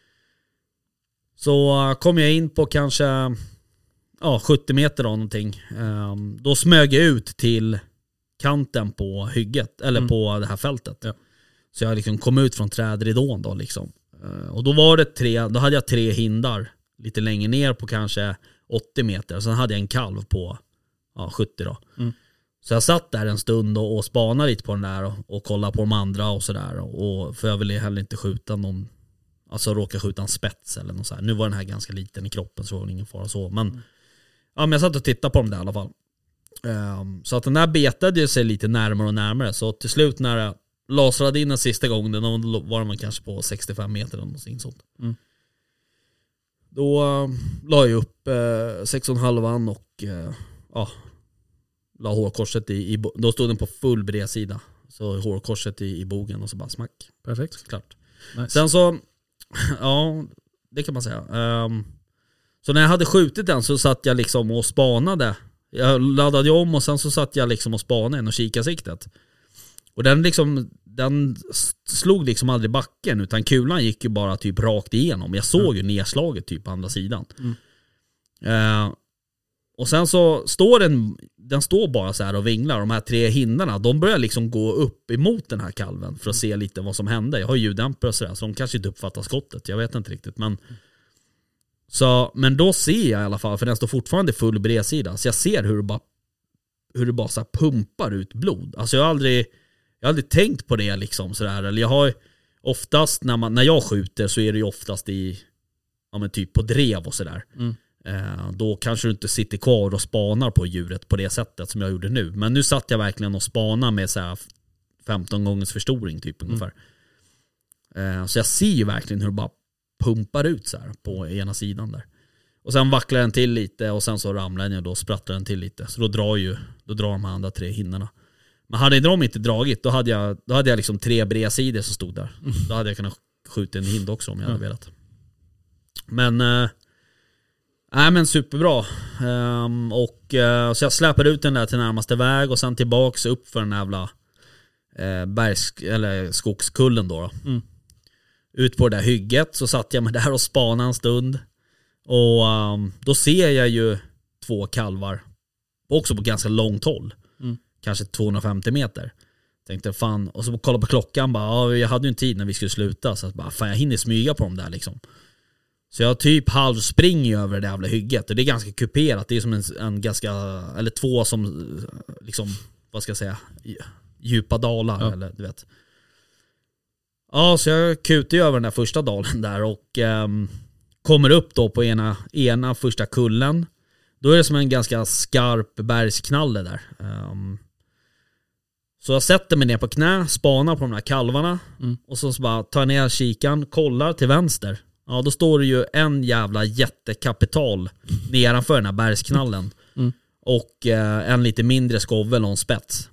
C: Så kom jag in på kanske 70 meter då någonting. Då smög jag ut till kanten på hygget, eller på det här fältet. Så jag liksom kom ut från trädridån då liksom. Och då var det då hade jag 3 hindar lite längre ner på kanske 80 meter. Sen hade jag en kalv på 70 då. Så jag satt där en stund och spanade lite på den där och kollade på de andra och sådär. Och för jag ville heller inte skjuta någon, alltså råka skjuta en spets eller något så här. Nu var den här ganska liten i kroppen, så var det ingen fara så. Men men jag satt och tittade på dem där i alla fall. Så att den där betade sig lite närmare och närmare. Så till slut när jag lasrade in den sista gången, då var man kanske på 65 meter eller någonting sånt. Då la jag upp 6,5 och la hårkorset då stod den på full bredsida. Så hårkorset i bogen och så bara smack.
D: Perfekt.
C: Klart.
D: Nice.
C: Sen så, det kan man säga. Så när jag hade skjutit den så satt jag liksom och spanade. Jag laddade om och sen så satt jag liksom och spanade och kikade siktet. Och den slog liksom aldrig backen, utan kulan gick ju bara typ rakt igenom. Jag såg ju nedslaget typ på andra sidan. Och sen så står den står bara så här och vinglar. De här 3 hindarna, de börjar liksom gå upp emot den här kalven för att se lite vad som hände. Jag har ljuddämpare och sådär, så de kanske inte uppfattar skottet. Jag vet inte riktigt, men då ser jag i alla fall, för den står fortfarande full bredsida, så jag ser hur det bara så här pumpar ut blod. Alltså jag har aldrig tänkt på det liksom sådär. Eller jag har oftast när jag skjuter, så är det ju oftast typ på drev och sådär. Då kanske du inte sitter kvar och spanar på djuret på det sättet som jag gjorde nu. Men nu satt jag verkligen och spanade med så här 15 gångers förstoring typ ungefär. Så jag ser ju verkligen hur det bara pumpar ut så här på ena sidan där. Och sen vacklar den till lite och sen så ramlar den och då sprattlar den till lite. Så då drar de här andra 3 hinnorna. Men hade de inte dragit, då hade jag liksom 3 bredsidor som stod där. Då hade jag kunnat skjuta en hind också om jag hade velat. Men superbra. Så jag släpade ut den där till närmaste väg och sen tillbaks upp för den jävla eller skogskullen då. Ut på det där hygget, så satt jag mig där och spanade en stund. Och då ser jag ju 2 kalvar också på ganska långt håll. Kanske 250 meter. Tänkte fan, och så kollade på klockan bara, jag hade ju en tid när vi skulle sluta, så att bara fan, jag hinner smyga på dem där liksom. Så jag typ halvspringer över det jävla hygget. Och det är ganska kuperat. Det är som en ganska, eller 2 som liksom, vad ska jag säga, djupa dalar eller du vet. Ja, så jag kutade över den där första dalen där och kommer upp då på ena första kullen. Då är det som en ganska skarp bergsknalle där. Så jag sätter mig ner på knä, spanar på de här kalvarna och så bara tar jag ner kikan, kollar till vänster. Ja, då står det ju en jävla jättekapital nedanför den här bergsknallen. Och en lite mindre skovel och en spets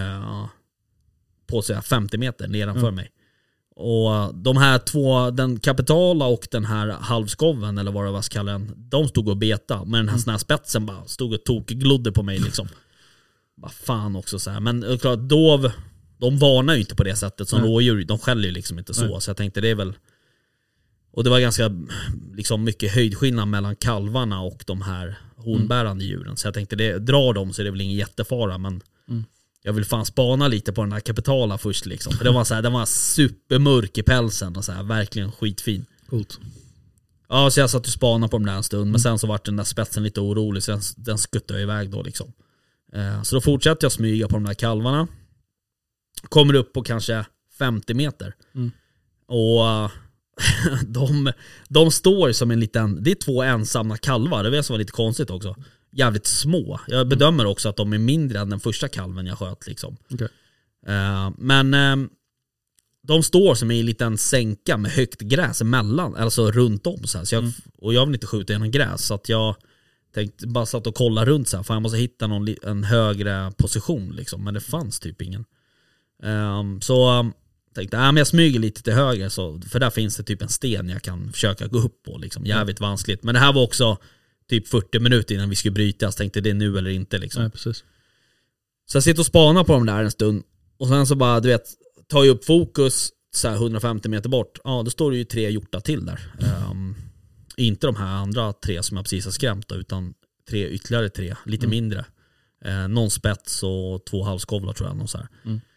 C: på så här 50 meter nedanför mig. Och de här två, den kapitala och den här halvskoven eller vad det var ska kalla den, de stod och beta. Men den här, sån här spetsen bara stod och tokglodde på mig liksom. Bara fan också så här. Men klart, dov, de varnar ju inte på det sättet som rådjur. De skäller ju liksom inte så. Så jag tänkte det är väl. Och det var ganska liksom mycket höjdskillnad mellan kalvarna och de här hornbärande djuren. Så jag tänkte drar dem så är det väl ingen jättefara. Men jag vill fan spana lite på den här kapitala först liksom. För den var supermörk i pälsen och så här, verkligen skitfin.
D: Coolt.
C: Ja, så jag satt och spanade på den där en stund. Men sen så var den där spetsen lite orolig så den skuttade iväg då liksom. Så då fortsätter jag smyga på de där kalvarna. Kommer upp på kanske 50 meter. Och de står som en liten. Det är 2 ensamma kalvar. Det vet som var lite konstigt också. Jävligt små. Jag bedömer också att de är mindre än den första kalven jag sköt liksom.
D: Okay.
C: Men de står som i en liten sänka med högt gräs emellan, alltså runt om så här. Så jag vill inte skjuta genom gräs så att jag tänkte bara satt och kolla runt så här, för jag måste hitta en högre position liksom, men det fanns typ ingen. Så tänkte men jag smyger lite till höger så, för där finns det typ en sten jag kan försöka gå upp på liksom, jävligt vanskligt. Men det här var också typ 40 minuter innan vi skulle bryta, så tänkte det är nu eller inte liksom.
D: Nej, precis.
C: Så jag sitter och spanar på dem där en stund och sen så bara, du vet, tar jag upp fokus så här 150 meter bort. Ja, då står det ju 3 hjortar till där. Inte de här andra 3 som jag precis har skrämt då, utan ytterligare 3, lite mindre. Någon spets och 2 halvskovlar tror jag. Så här.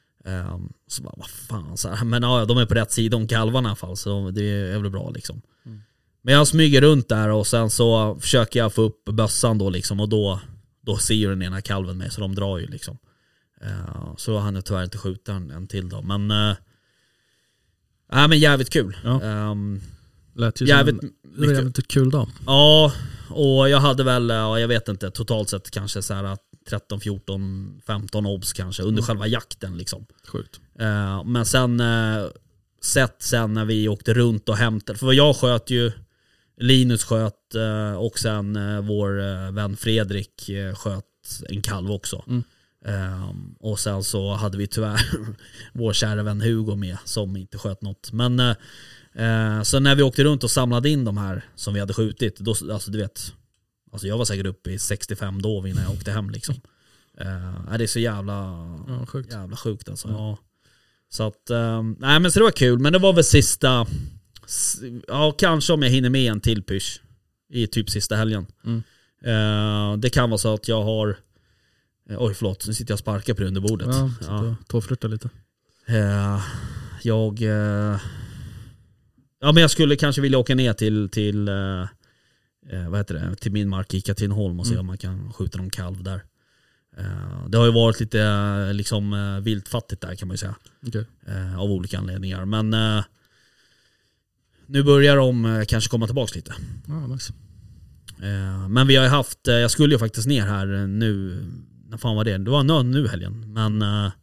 C: Så bara, vad fan så här. Men ja, de är på rätt sida om kalvarna i alla fall, så det är väl bra liksom. Men jag smyger runt där och sen så försöker jag få upp bössan då liksom, och då ser ju den ena kalven med, så de drar ju liksom. Så då hann jag tyvärr inte skjuta en till då. Men jävligt kul.
D: Ja. Lät ju jävligt kul då.
C: Ja, och jag hade väl, jag vet inte, totalt sett kanske så här 13, 14, 15 obs kanske under själva jakten liksom.
D: Sjukt.
C: Men sen när vi åkte runt och hämtade, för jag sköt ju, Linus sköt och sen vår vän Fredrik sköt en kalv också. Och sen så hade vi tyvärr vår kära vän Hugo med som inte sköt något. Men så när vi åkte runt och samlade in de här som vi hade skjutit, då, alltså du vet, alltså jag var säkert uppe i 65 då innan jag åkte hem liksom. Det är så jävla sjukt alltså. Ja. Så att men så det var kul, men det var väl sista, ja kanske om jag hinner med en till pysch i typ sista helgen. Det kan vara så att jag har, oj förlåt, nu sitter jag och sparkar på underbordet.
D: Ja, tåflirta lite.
C: Men jag skulle kanske vilja åka ner till vad heter det, till min mark i Katrineholm och se om man kan skjuta någon kalv där. Det har ju varit lite liksom viltfattigt där kan man ju säga.
D: Okay.
C: Av olika anledningar. Men nu börjar de kanske komma tillbaka lite.
D: Nice.
C: Men vi har ju haft, jag skulle ju faktiskt ner här nu, när fan var det? Det var nu helgen. Men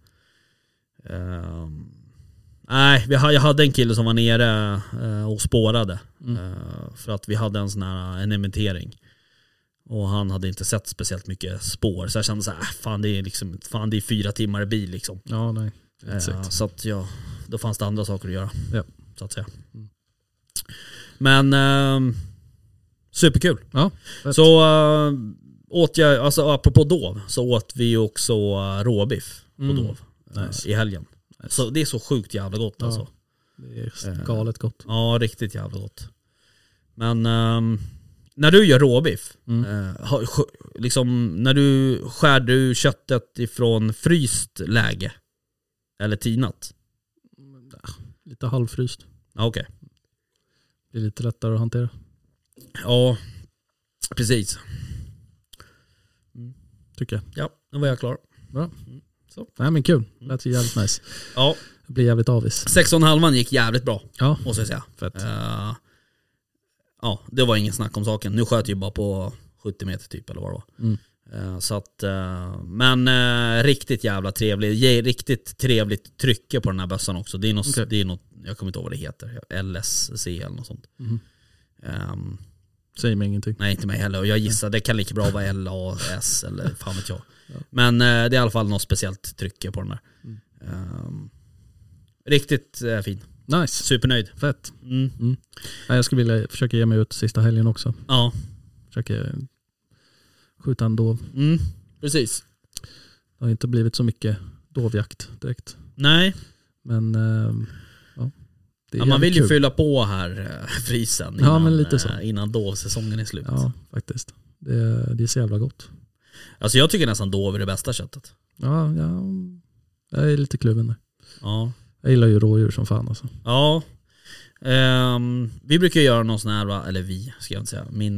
C: nej, jag hade en kille som var nere och spårade. För att vi hade en inventering. Och han hade inte sett speciellt mycket spår. Så jag kände så här, fan det är 4 timmar i bil liksom.
D: Ja, nej.
C: Så att då fanns det andra saker att göra.
D: Ja.
C: Så att säga. Men superkul.
D: Ja,
C: så åt jag, alltså apropå dov, så åt vi också råbiff på dov i helgen. Nice. Så det är så sjukt jävla gott alltså.
D: Det är galet gott.
C: Ja, riktigt jävla gott. Men när du gör råbiff, liksom, när du skär du köttet ifrån fryst läge eller tinat?
D: Lite halvfryst.
C: Okej.
D: Det är lite lättare att hantera.
C: Ja, precis.
D: Tycker jag.
C: Ja, nu var jag klar.
D: Bra.
C: Så.
D: Nej men kul, lät ju jävligt nice.
C: Ja.
D: Det blir jävligt avis.
C: 6,5 gick jävligt bra,
D: Ja,
C: måste jag säga.
D: fett.
C: Ja, det var ingen snack om saken. Nu sköt jag ju bara på 70 meter typ eller vad det var. Så att, men riktigt jävla trevligt. Riktigt trevligt trycke på den här bössan också. Det är något,
D: Okej.
C: det är något, jag kommer inte ihåg vad det heter. LSC eller något sånt.
D: Säger mig ingenting.
C: Nej, inte mig heller. Och jag gissar, det kan lika bra vara LAS eller fan vet jag. Men det är i alla fall något speciellt trycke på den där. Riktigt fin.
D: Nice.
C: Supernöjd.
D: Fett. Ja, jag skulle vilja försöka ge mig ut sista helgen också.
C: Ja.
D: Försöka skjuta en dov.
C: Precis.
D: Det har inte blivit så mycket dovjakt direkt.
C: Nej.
D: Men ja, det är
C: Ja, man vill ju
D: kul.
C: fylla på här frisen
D: Ja,
C: innan,
D: men lite så.
C: Innan dovsäsongen är slut.
D: Ja, faktiskt. Det är så jävla gott.
C: Alltså jag tycker nästan dov är det bästa köttet.
D: Ja, jag är lite kluven där.
C: Ja.
D: Jag gillar ju rådjur som fan alltså.
C: Ja. Vi brukar göra någon sån här, eller vi ska jag inte säga. Min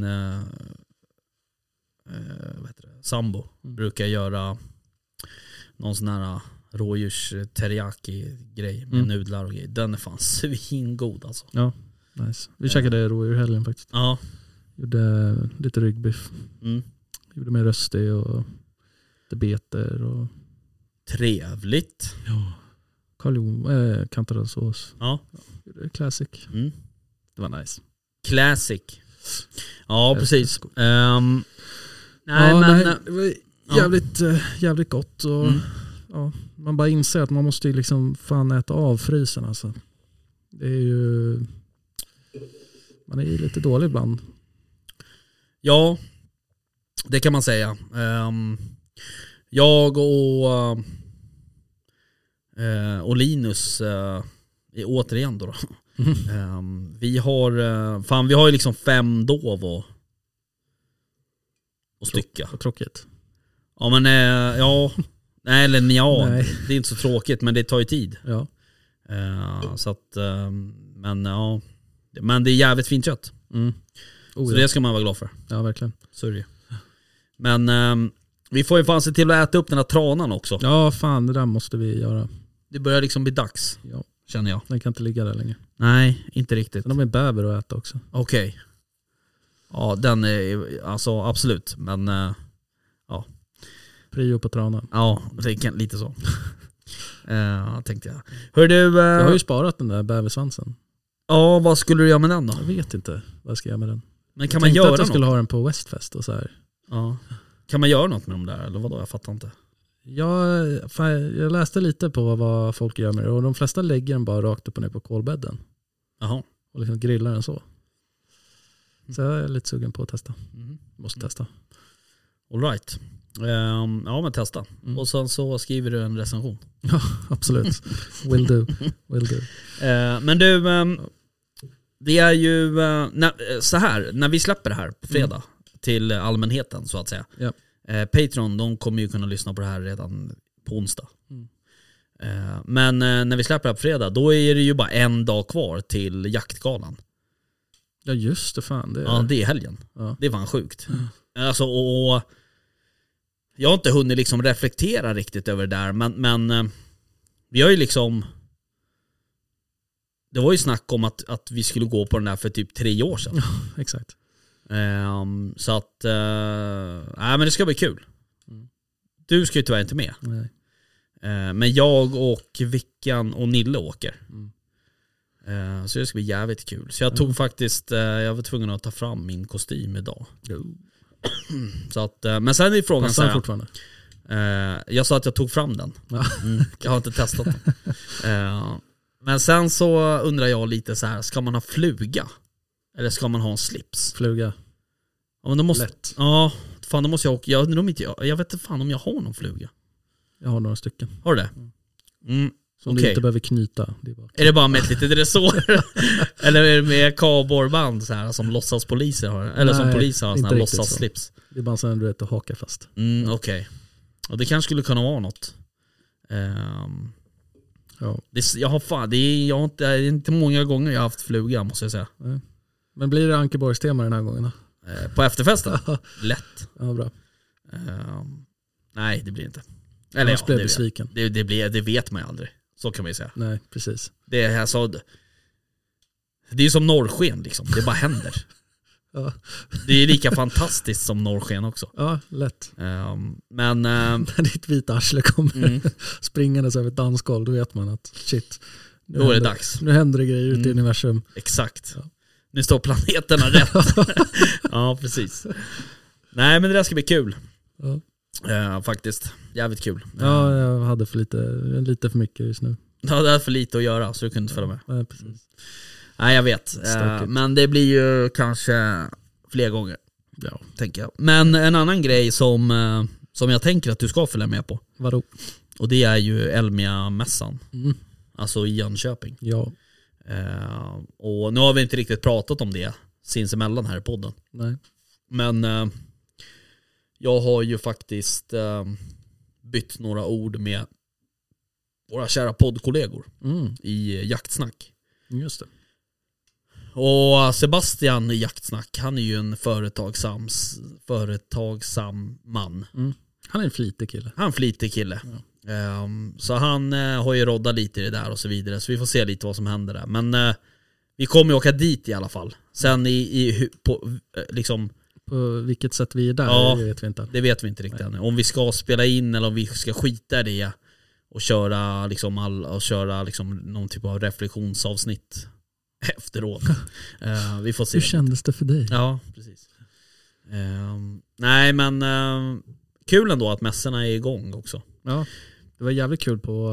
C: vad heter det? Sambo brukar göra någon sån här rådjurs teriyaki grej med nudlar och grejer. Den är fan svingod alltså.
D: Ja, nice. Vi käkade rådjur helgen faktiskt.
C: Ja.
D: Gjorde lite ryggbiff. Gjorde med röstig och lite beter och
C: Trevligt.
D: ja. Kantarellsås.
C: Ja.
D: Classic. Det var nice.
C: Classic. Ja, precis. Nej,
D: Ja,
C: men
D: det var jävligt gott och ja, man bara inser att man måste ju liksom fan äta av frysen alltså. Det är ju, man är ju lite dålig ibland.
C: ja, det kan man säga. Jag och Linus återigen då. Vi har ju liksom 5 dov och stycka.
D: Vad tråkigt.
C: Ja men ja, nej eller
D: Nej.
C: det är inte så tråkigt men det tar ju tid.
D: Ja.
C: Så att men ja, men det är jävligt fint kött. Så det ska man vara glad för.
D: Ja, verkligen.
C: Så är det ju. Men vi får ju fan se till att äta upp den här tranan också.
D: Ja, fan det där måste vi göra.
C: Det börjar liksom bli dags,
D: Ja,
C: känner jag.
D: den kan inte ligga där längre.
C: Nej, inte riktigt.
D: Sen har vi en bäver att äta också.
C: Okej. Ja, den är alltså absolut, men
D: Prio på tranan.
C: ja, det kan lite så. Tänkte jag. Hör du,
D: Jag har ju sparat den där bäversvansen.
C: ja, vad skulle du göra med den då?
D: Jag vet inte vad jag ska göra med den.
C: Men kan
D: Jag
C: man
D: tänkte
C: göra
D: att jag skulle
C: något?
D: ha den på Westfest och så här.
C: Ja. Kan man göra något med dem där eller vadå? Jag fattar inte.
D: Jag läste lite på vad folk gör med det och de flesta lägger den bara rakt upp och ner på kolbädden
C: Jaha.
D: och liksom grillar den så. Så jag är lite sugen på att testa. Måste testa.
C: All right. Ja, men testa. Och sen så skriver du en recension.
D: Ja, absolut. Will do.
C: Men du, det är ju så här, när vi släpper det här på fredag till allmänheten så att säga.
D: Ja.
C: Patreon, de kommer ju kunna lyssna på det här redan på onsdag. Men när vi släpper det här på fredag, då är det ju bara en dag kvar till jaktgalan.
D: Ja, just det, fan. Det är...
C: Ja, det är helgen.
D: Ja.
C: Det är fan sjukt. Alltså, och jag har inte hunnit liksom reflektera riktigt över det där, men vi har ju liksom, det var ju snack om att vi skulle gå på den där för typ 3 år sedan.
D: Ja, exakt.
C: Så att men det ska bli kul. Du ska ju tyvärr inte med.
D: Nej.
C: Men jag och Vickan och Nille åker. Så det ska bli jävligt kul. Så jag tog faktiskt, jag var tvungen att ta fram min kostym idag. Så att, men sen är frågan så här,
D: fortfarande.
C: jag sa att jag tog fram den.
D: Ja.
C: Jag har inte testat den. Men sen så undrar jag lite så här, ska man ha fluga? Eller ska man ha en slips?
D: Fluga.
C: Ja, men då måste,
D: Lätt.
C: ja, fan då måste jag jag vet inte fan om jag har någon fluga.
D: Jag har några stycken.
C: Har du det?
D: Som
C: okej.
D: du inte behöver knyta. Det är bara...
C: Är det bara med ett litet resår? Eller är det med kardborreband så här som låtsaspoliser har? Eller som
D: Nej,
C: poliser har
D: inte
C: såna här
D: riktigt
C: låtsasslips?
D: Det är bara så att du vet att haka fast.
C: Okej. Och det kanske skulle kunna vara något.
D: Ja.
C: Jag har fan, det är inte många gånger jag har haft fluga, måste jag säga.
D: Men blir det Ankeborgs tema den här gången då?
C: På efterfesten? Lätt.
D: Ja, bra.
C: Nej, det blir inte. Eller
D: Annars
C: ja,
D: blev
C: det
D: jag besviken.
C: Det vet man ju aldrig. Så kan man ju säga.
D: Nej, precis.
C: Det är alltså, det är som norrsken liksom. Det bara händer.
D: Ja.
C: Det är lika fantastiskt som norrsken också.
D: Ja, lätt.
C: Men
D: När ditt vita arsle kommer springandes över ett dansgolv, då vet man att shit.
C: Då är det dags.
D: Nu händer det grejer ute i universum.
C: Exakt.
D: Ja.
C: Nu står planeterna rätt. Ja, precis. Nej, men det där ska bli kul.
D: Ja.
C: Faktiskt. Jävligt kul.
D: Ja, jag hade lite för mycket just nu.
C: Ja, det är för lite att göra så du kunde inte följa med.
D: Ja, precis.
C: Nej, jag vet.
D: Stökigt.
C: Men det blir ju kanske fler gånger.
D: Ja.
C: Tänker jag. Men en annan grej som jag tänker att du ska följa med på.
D: Vadå?
C: Och det är ju Elmia-mässan.
D: Mm.
C: Alltså i Jönköping.
D: Ja.
C: Och nu har vi inte riktigt pratat om det sinsemellan här i podden.
D: Nej.
C: Men jag har ju faktiskt bytt några ord med våra kära poddkollegor i Jaktsnack.
D: Just det.
C: Och Sebastian i Jaktsnack, han är ju en företagsam man.
D: Han är en flitig kille.
C: Han är en flitig kille. Ja. Så han har ju roddat lite i det där och så vidare. Så vi får se lite vad som händer där. Men vi kommer ju åka dit i alla fall. Sen liksom,
D: på vilket sätt vi är där,
C: ja,
D: det vet vi inte.
C: Det vet vi inte riktigt ännu. Om vi ska spela in eller om vi ska skita i det och köra liksom någon typ av reflektionsavsnitt efteråt. Vi får se.
D: Hur kändes det för dig?
C: Ja, precis. Nej, men kul ändå att mässorna är igång också.
D: Ja, det var jävligt kul på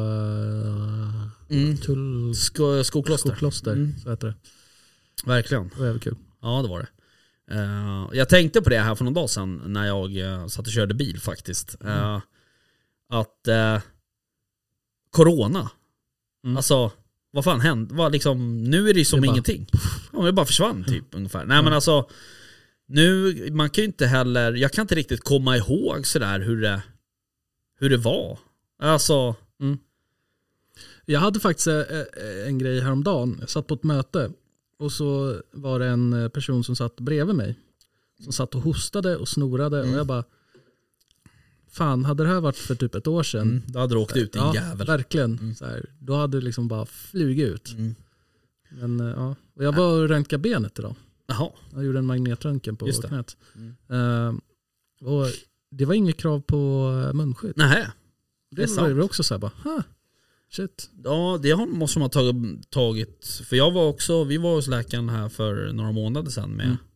D: Skokloster. Så heter det.
C: Verkligen.
D: Det var jävligt kul.
C: Ja, det var det. Jag tänkte på det här för någon dag sedan när jag satt och körde bil faktiskt. Att corona, alltså vad fan hände? Liksom, nu är det ju som ingenting. Ja, det bara försvann typ ungefär. Nej, men alltså nu, man kan ju inte heller, jag kan inte riktigt komma ihåg sådär hur det var. Alltså
D: jag hade faktiskt en grej häromdagen. Jag satt på ett möte och så var det en person som satt bredvid mig som satt och hostade och snorade och jag bara, fan, hade det här varit för typ ett år sedan
C: då hade du åkt ut, din jävel.
D: Verkligen. Så här, då hade det liksom bara flugit ut. Men ja, och jag var och röntgade benet idag.
C: Jaha.
D: Jag gjorde en magnetröntgen på knät. Och det var inget krav på munskydd.
C: Nej.
D: Det var också så här bara, shit.
C: Ja, det måste man ha tagit. För vi var hos läkaren här för några månader sedan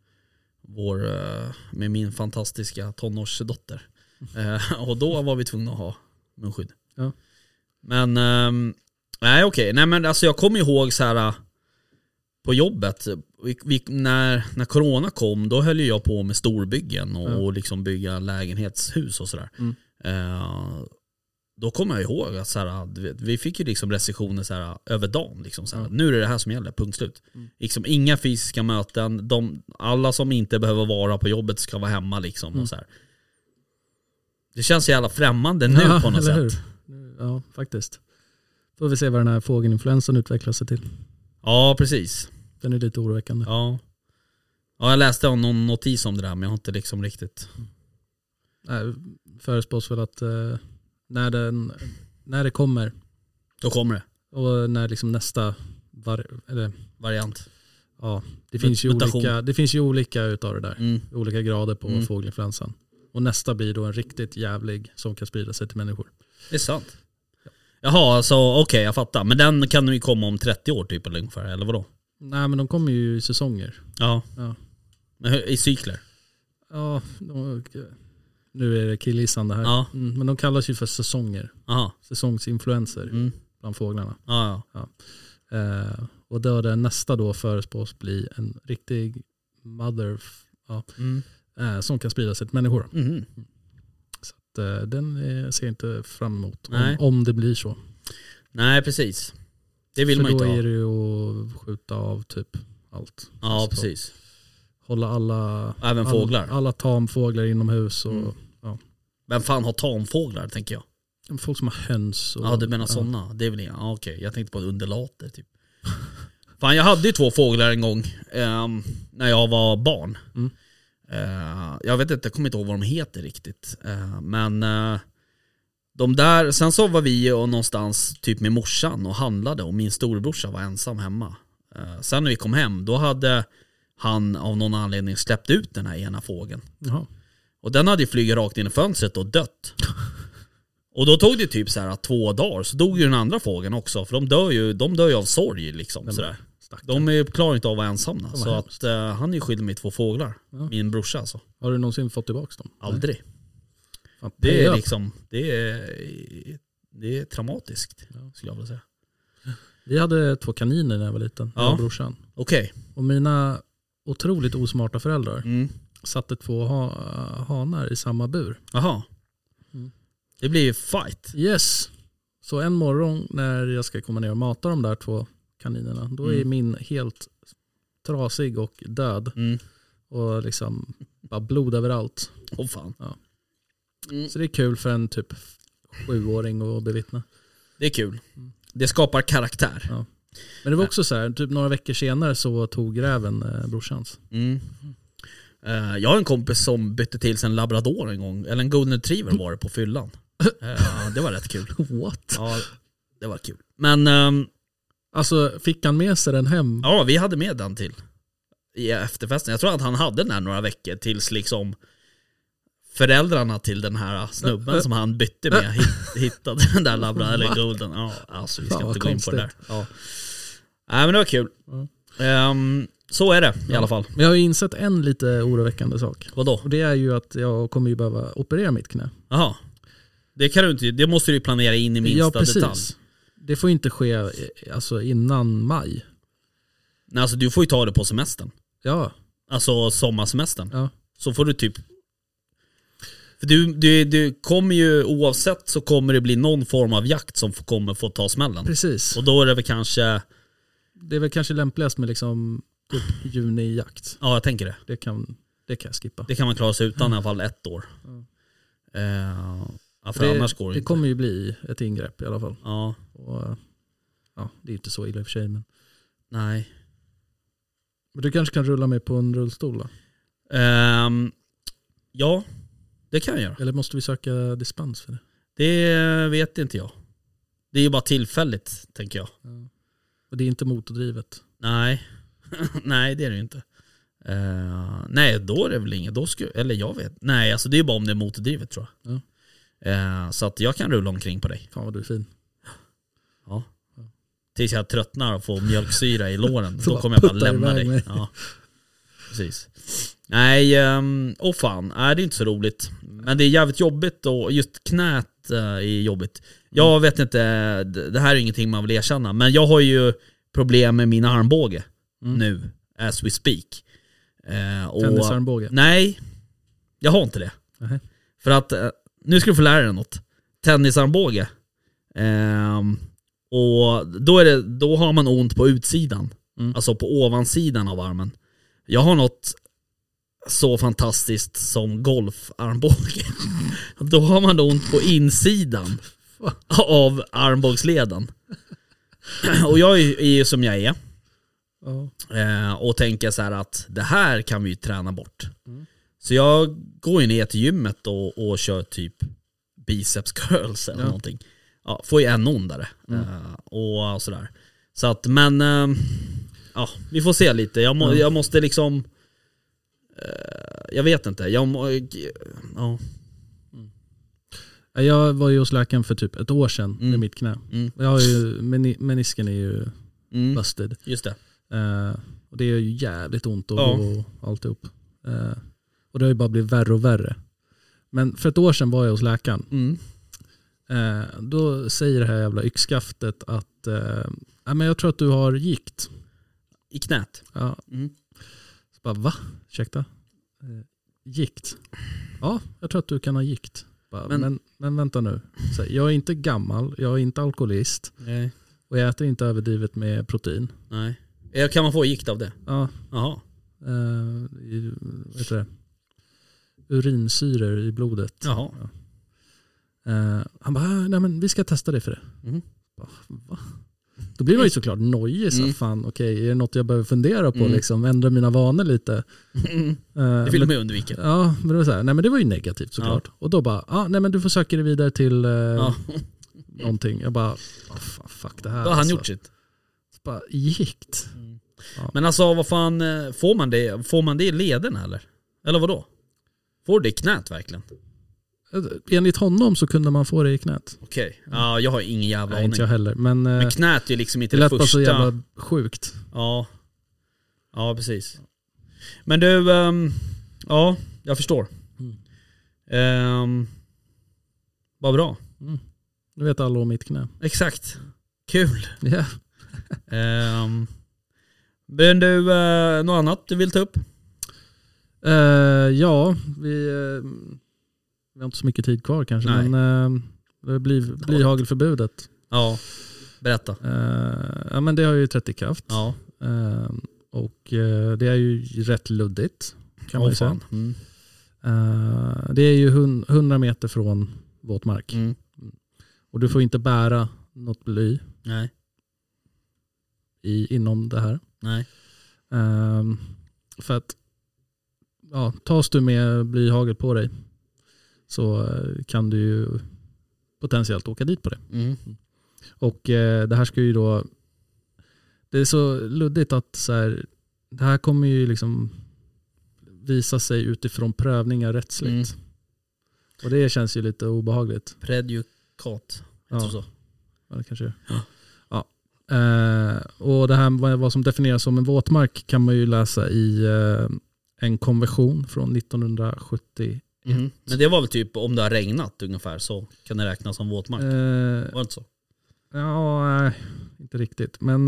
C: med min fantastiska tonårsdotter. Och då var vi tvungna att ha munskydd.
D: Ja.
C: Men nej, okej. Nej, men alltså jag kommer ihåg så här på jobbet när corona kom, då höll jag på med storbyggen och liksom bygga lägenhetshus och sådär. Då kommer jag ihåg att så här, vi fick ju liksom restriktioner så här, över dagen liksom, så här, nu är det här som gäller, punkt slut. Liksom, inga fysiska möten, alla som inte behöver vara på jobbet ska vara hemma liksom, och så här. Det känns jävla främmande nu på något sätt.
D: Ja, faktiskt. Får vi se vad den här fågelinfluensan utvecklar sig till.
C: Ja, precis.
D: Den är lite oroväckande.
C: Ja, jag läste om någon notis om det där, men jag har inte liksom riktigt.
D: Nej, förespås väl att när det kommer.
C: Då kommer det.
D: Och när liksom nästa
C: variant.
D: Ja, det finns ju olika utav det där. Olika grader på fågelinfluensan. Och nästa blir då en riktigt jävlig som kan sprida sig till människor.
C: Det är sant. Jaha, alltså okej, jag fattar. Men den kan ju komma om 30 år typ eller ungefär, eller vadå?
D: Nej, men de kommer ju i säsonger.
C: Ja. Men i cykler?
D: Ja, nu är det killgissande här.
C: Ja.
D: Men de kallas ju för säsonger.
C: Aha.
D: Säsongsinfluenser bland fåglarna.
C: Ja.
D: Och då det nästa då förespås bli en riktig mother som kan sprida sig till människor. Så att, den ser jag inte fram emot om det blir så.
C: Nej, precis. Det vill
D: för
C: man ju inte ha.
D: Då är det ju att skjuta av typ allt.
C: Ja,
D: alltså,
C: precis.
D: Hålla
C: fåglar.
D: Alla tamfåglar inomhus. Och,
C: Vem fan har tamfåglar, tänker jag?
D: Folk som har höns. Och,
C: ja, du menar sådana. Det är väl okej. Jag tänkte på undulater typ. Fan, jag hade ju 2 fåglar en gång när jag var barn. Jag vet inte, jag kommer inte ihåg vad de heter riktigt. Men de där, sen så var vi och någonstans typ med morsan och handlade och min storebrorsa var ensam hemma. Sen när vi kom hem, då hade han av någon anledning släppt ut den här ena fågeln.
D: Jaha.
C: Och den hade ju flugit rakt in i fönstret och dött. Och då tog det typ så här 2 dagar, så dog ju den andra fågeln också. För de dör ju av sorg liksom. Sådär. De är klara inte av att vara ensamma. Så att han är ju skyldig med 2 fåglar. Ja. Min brorsa alltså.
D: Har du någonsin fått tillbaka dem?
C: Aldrig.
D: Fan,
C: Det är liksom, det är traumatiskt, skulle jag vilja säga.
D: Vi hade 2 kaniner när jag var liten, jag och brorsan.
C: Okej.
D: Och mina otroligt osmarta föräldrar satte 2 hanar i samma bur.
C: Jaha. Det blir ju fight.
D: Yes. Så en morgon när jag ska komma ner och mata de där 2 kaninerna, då är min helt trasig och död. Och liksom bara blod överallt.
C: Åh fan.
D: Ja. Så det är kul för en typ 7-åring att bevittna.
C: Det är kul. Det skapar karaktär.
D: Ja. Men det var också så här, typ några veckor senare så tog räven brorsans.
C: Jag har en kompis som bytte till sig en labrador en gång. Eller en golden retriever var det på fyllan. Det var rätt kul.
D: What?
C: Ja, det var kul. Men
D: alltså fick han med sig den hem?
C: ja, vi hade med den till i efterfesten. Jag tror att han hade den där några veckor tills liksom föräldrarna till den här snubben som han bytte med hittade den där labrador eller golden. Ja, alltså vi ska inte gå in på det där. Ja. Nej, men det var kul. Så är det i alla fall.
D: Men jag har ju insett en lite oroväckande sak.
C: Vadå?
D: Och det är ju att jag kommer ju behöva operera mitt knä.
C: Jaha. Det kan du inte, det måste du planera in i minsta detalj.
D: Det får inte ske alltså innan maj.
C: Nej, alltså du får ju ta det på semestern.
D: Ja.
C: Alltså sommarsemestern.
D: Ja.
C: Så får du typ. För du kommer ju, oavsett så kommer det bli någon form av jakt som kommer få ta smällen.
D: Precis.
C: Och då är det väl kanske.
D: Det är väl kanske lämpligast med liksom typ juni-jakt.
C: Ja, jag tänker det.
D: Det kan jag skippa.
C: Det kan man klara sig utan i alla fall 1 år. Ja, för annars går det
D: det
C: inte.
D: kommer ju bli ett ingrepp i alla fall.
C: Ja.
D: Och, ja, det är inte så illa i och för sig. Men
C: Nej.
D: du kanske kan rulla mig på en rullstol då?
C: Ja, det kan jag göra.
D: Eller måste vi söka dispens för det?
C: Det vet inte jag. Det är ju bara tillfälligt, tänker jag.
D: Ja. Och det är inte motordrivet?
C: Nej. Nej, det är det ju inte. Nej, då är det väl inget. Eller jag vet. Nej, alltså det är bara om det är motordrivet, tror jag.
D: Ja.
C: Så att jag kan rulla omkring på dig.
D: Fan vad du är fin.
C: Ja. Tills jag tröttnar och får mjölksyra i låren. Då kommer jag bara lämna dig. Ja. Precis. Nej, fan. Nej, det är inte så roligt. Men det är jävligt jobbigt och just knät är jobbigt. Jag vet inte, det här är ingenting man vill erkänna. Men jag har ju problem med min armbåge nu, as we speak.
D: Tennisarmbåge?
C: Nej, jag har inte det.
D: Uh-huh.
C: För att, nu ska du få lära dig något. Tennisarmbåge. Och då har man ont på utsidan. Alltså på ovansidan av armen. Jag har något så fantastiskt som golfarmbåge. Då har man ont på insidan av armbågsleden. Och jag är ju som jag är. Och tänker så här att det här kan vi ju träna bort. Så jag går ju ner till gymmet och kör typ biceps curls eller någonting. Ja, får ju ännu ondare. Och sådär. Så att, men ja, vi får se lite. Jag måste liksom jag vet inte.
D: Jag var ju hos läkaren för typ 1 år sedan med mitt knä. Jag har ju, menisken är ju busted.
C: Just det.
D: Och det är ju jävligt ont att gå och alltihop. Och det har ju bara blivit värre och värre. Men för 1 år sedan var jag hos läkaren. Då säger det här jävla yxskaftet att men jag tror att du har gikt.
C: I knät?
D: Ja. Så bara, va? Ursäkta? Gikt? Ja, jag tror att du kan ha gikt. Bara, men vänta nu. Så, jag är inte gammal, jag är inte alkoholist.
C: Nej.
D: Och jag äter inte överdrivet med protein.
C: Nej. Kan man få gikt av det?
D: Ja.
C: Jaha.
D: Vad heter det? Urinsyror i blodet.
C: Jaha.
D: Ja. Han bara, nej men vi ska testa det för det. Bara, va? Då blir man ju såklart nojig. Så fan, okej, är det något jag behöver fundera på? Liksom, ändra mina vanor lite.
C: Det vill man ju undvika.
D: Ja, men det var så här, nej men det var ju negativt såklart. Ja. Och då bara, nej men du får söka dig vidare till någonting. Jag bara, fuck det här.
C: Då har han gjort sitt.
D: Bara gikt.
C: Ja. Men alltså vad fan, får man det i leden eller? Eller vadå? Får det i knät verkligen?
D: Enligt honom så kunde man få det i knät.
C: Okej, ja, jag har ingen jävla aning.
D: Inte jag heller. Men
C: knät är liksom inte
D: det
C: det
D: första.
C: första.
D: Så jävla sjukt.
C: Ja, precis. Men du, ja, jag förstår. Vad bra.
D: Nu vet alla om mitt knä.
C: Exakt. Kul.
D: Ja.
C: Men du, något annat du vill ta upp?
D: Ja, vi har inte så mycket tid kvar kanske.
C: Nej.
D: Men det blir hagelförbudet.
C: Ja, berätta.
D: Ja, men det har ju trätt i kraft.
C: Ja.
D: Och det är ju rätt luddigt kan man ju säga. Det är ju 100 meter från våtmark. Och du får inte bära något bly.
C: Nej.
D: Inom det här.
C: Nej.
D: För att tas du med blyhagel på dig så kan du ju potentiellt åka dit på det. Och det här ska ju då, det är så luddigt att så här, det här kommer ju liksom visa sig utifrån prövningar rättsligt. Och det känns ju lite obehagligt.
C: Prejudikat. Så.
D: Ja, det kanske är. Ja. Och det här vad som definieras som en våtmark kan man ju läsa i en konvention från 1970.
C: Men det var väl typ om det har regnat ungefär så kan det räknas som våtmark. Var det inte så?
D: Ja, inte riktigt. Men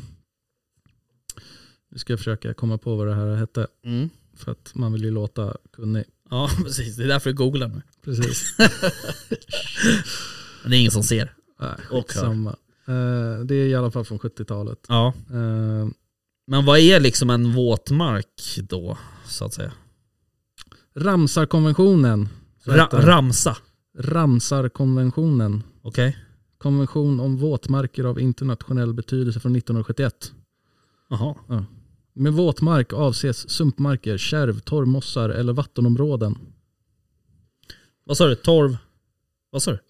D: nu ska jag försöka komma på vad det här hette. För att man vill ju låta kunnig.
C: Ja, precis. Det är därför jag googlar nu.
D: Precis.
C: Men det är ingen som ser.
D: Nej, och samma. Det är i alla fall från 70-talet.
C: Ja. Men vad är liksom en våtmark då, så att säga?
D: Ramsarkonventionen.
C: Ramsa?
D: Ramsarkonventionen.
C: Okej.
D: Konvention om våtmarker av internationell betydelse från 1971.
C: Jaha.
D: Ja. Med våtmark avses sumpmarker, kärv, torvmossar eller vattenområden.
C: Vad sa du? Torv? Vad sa du?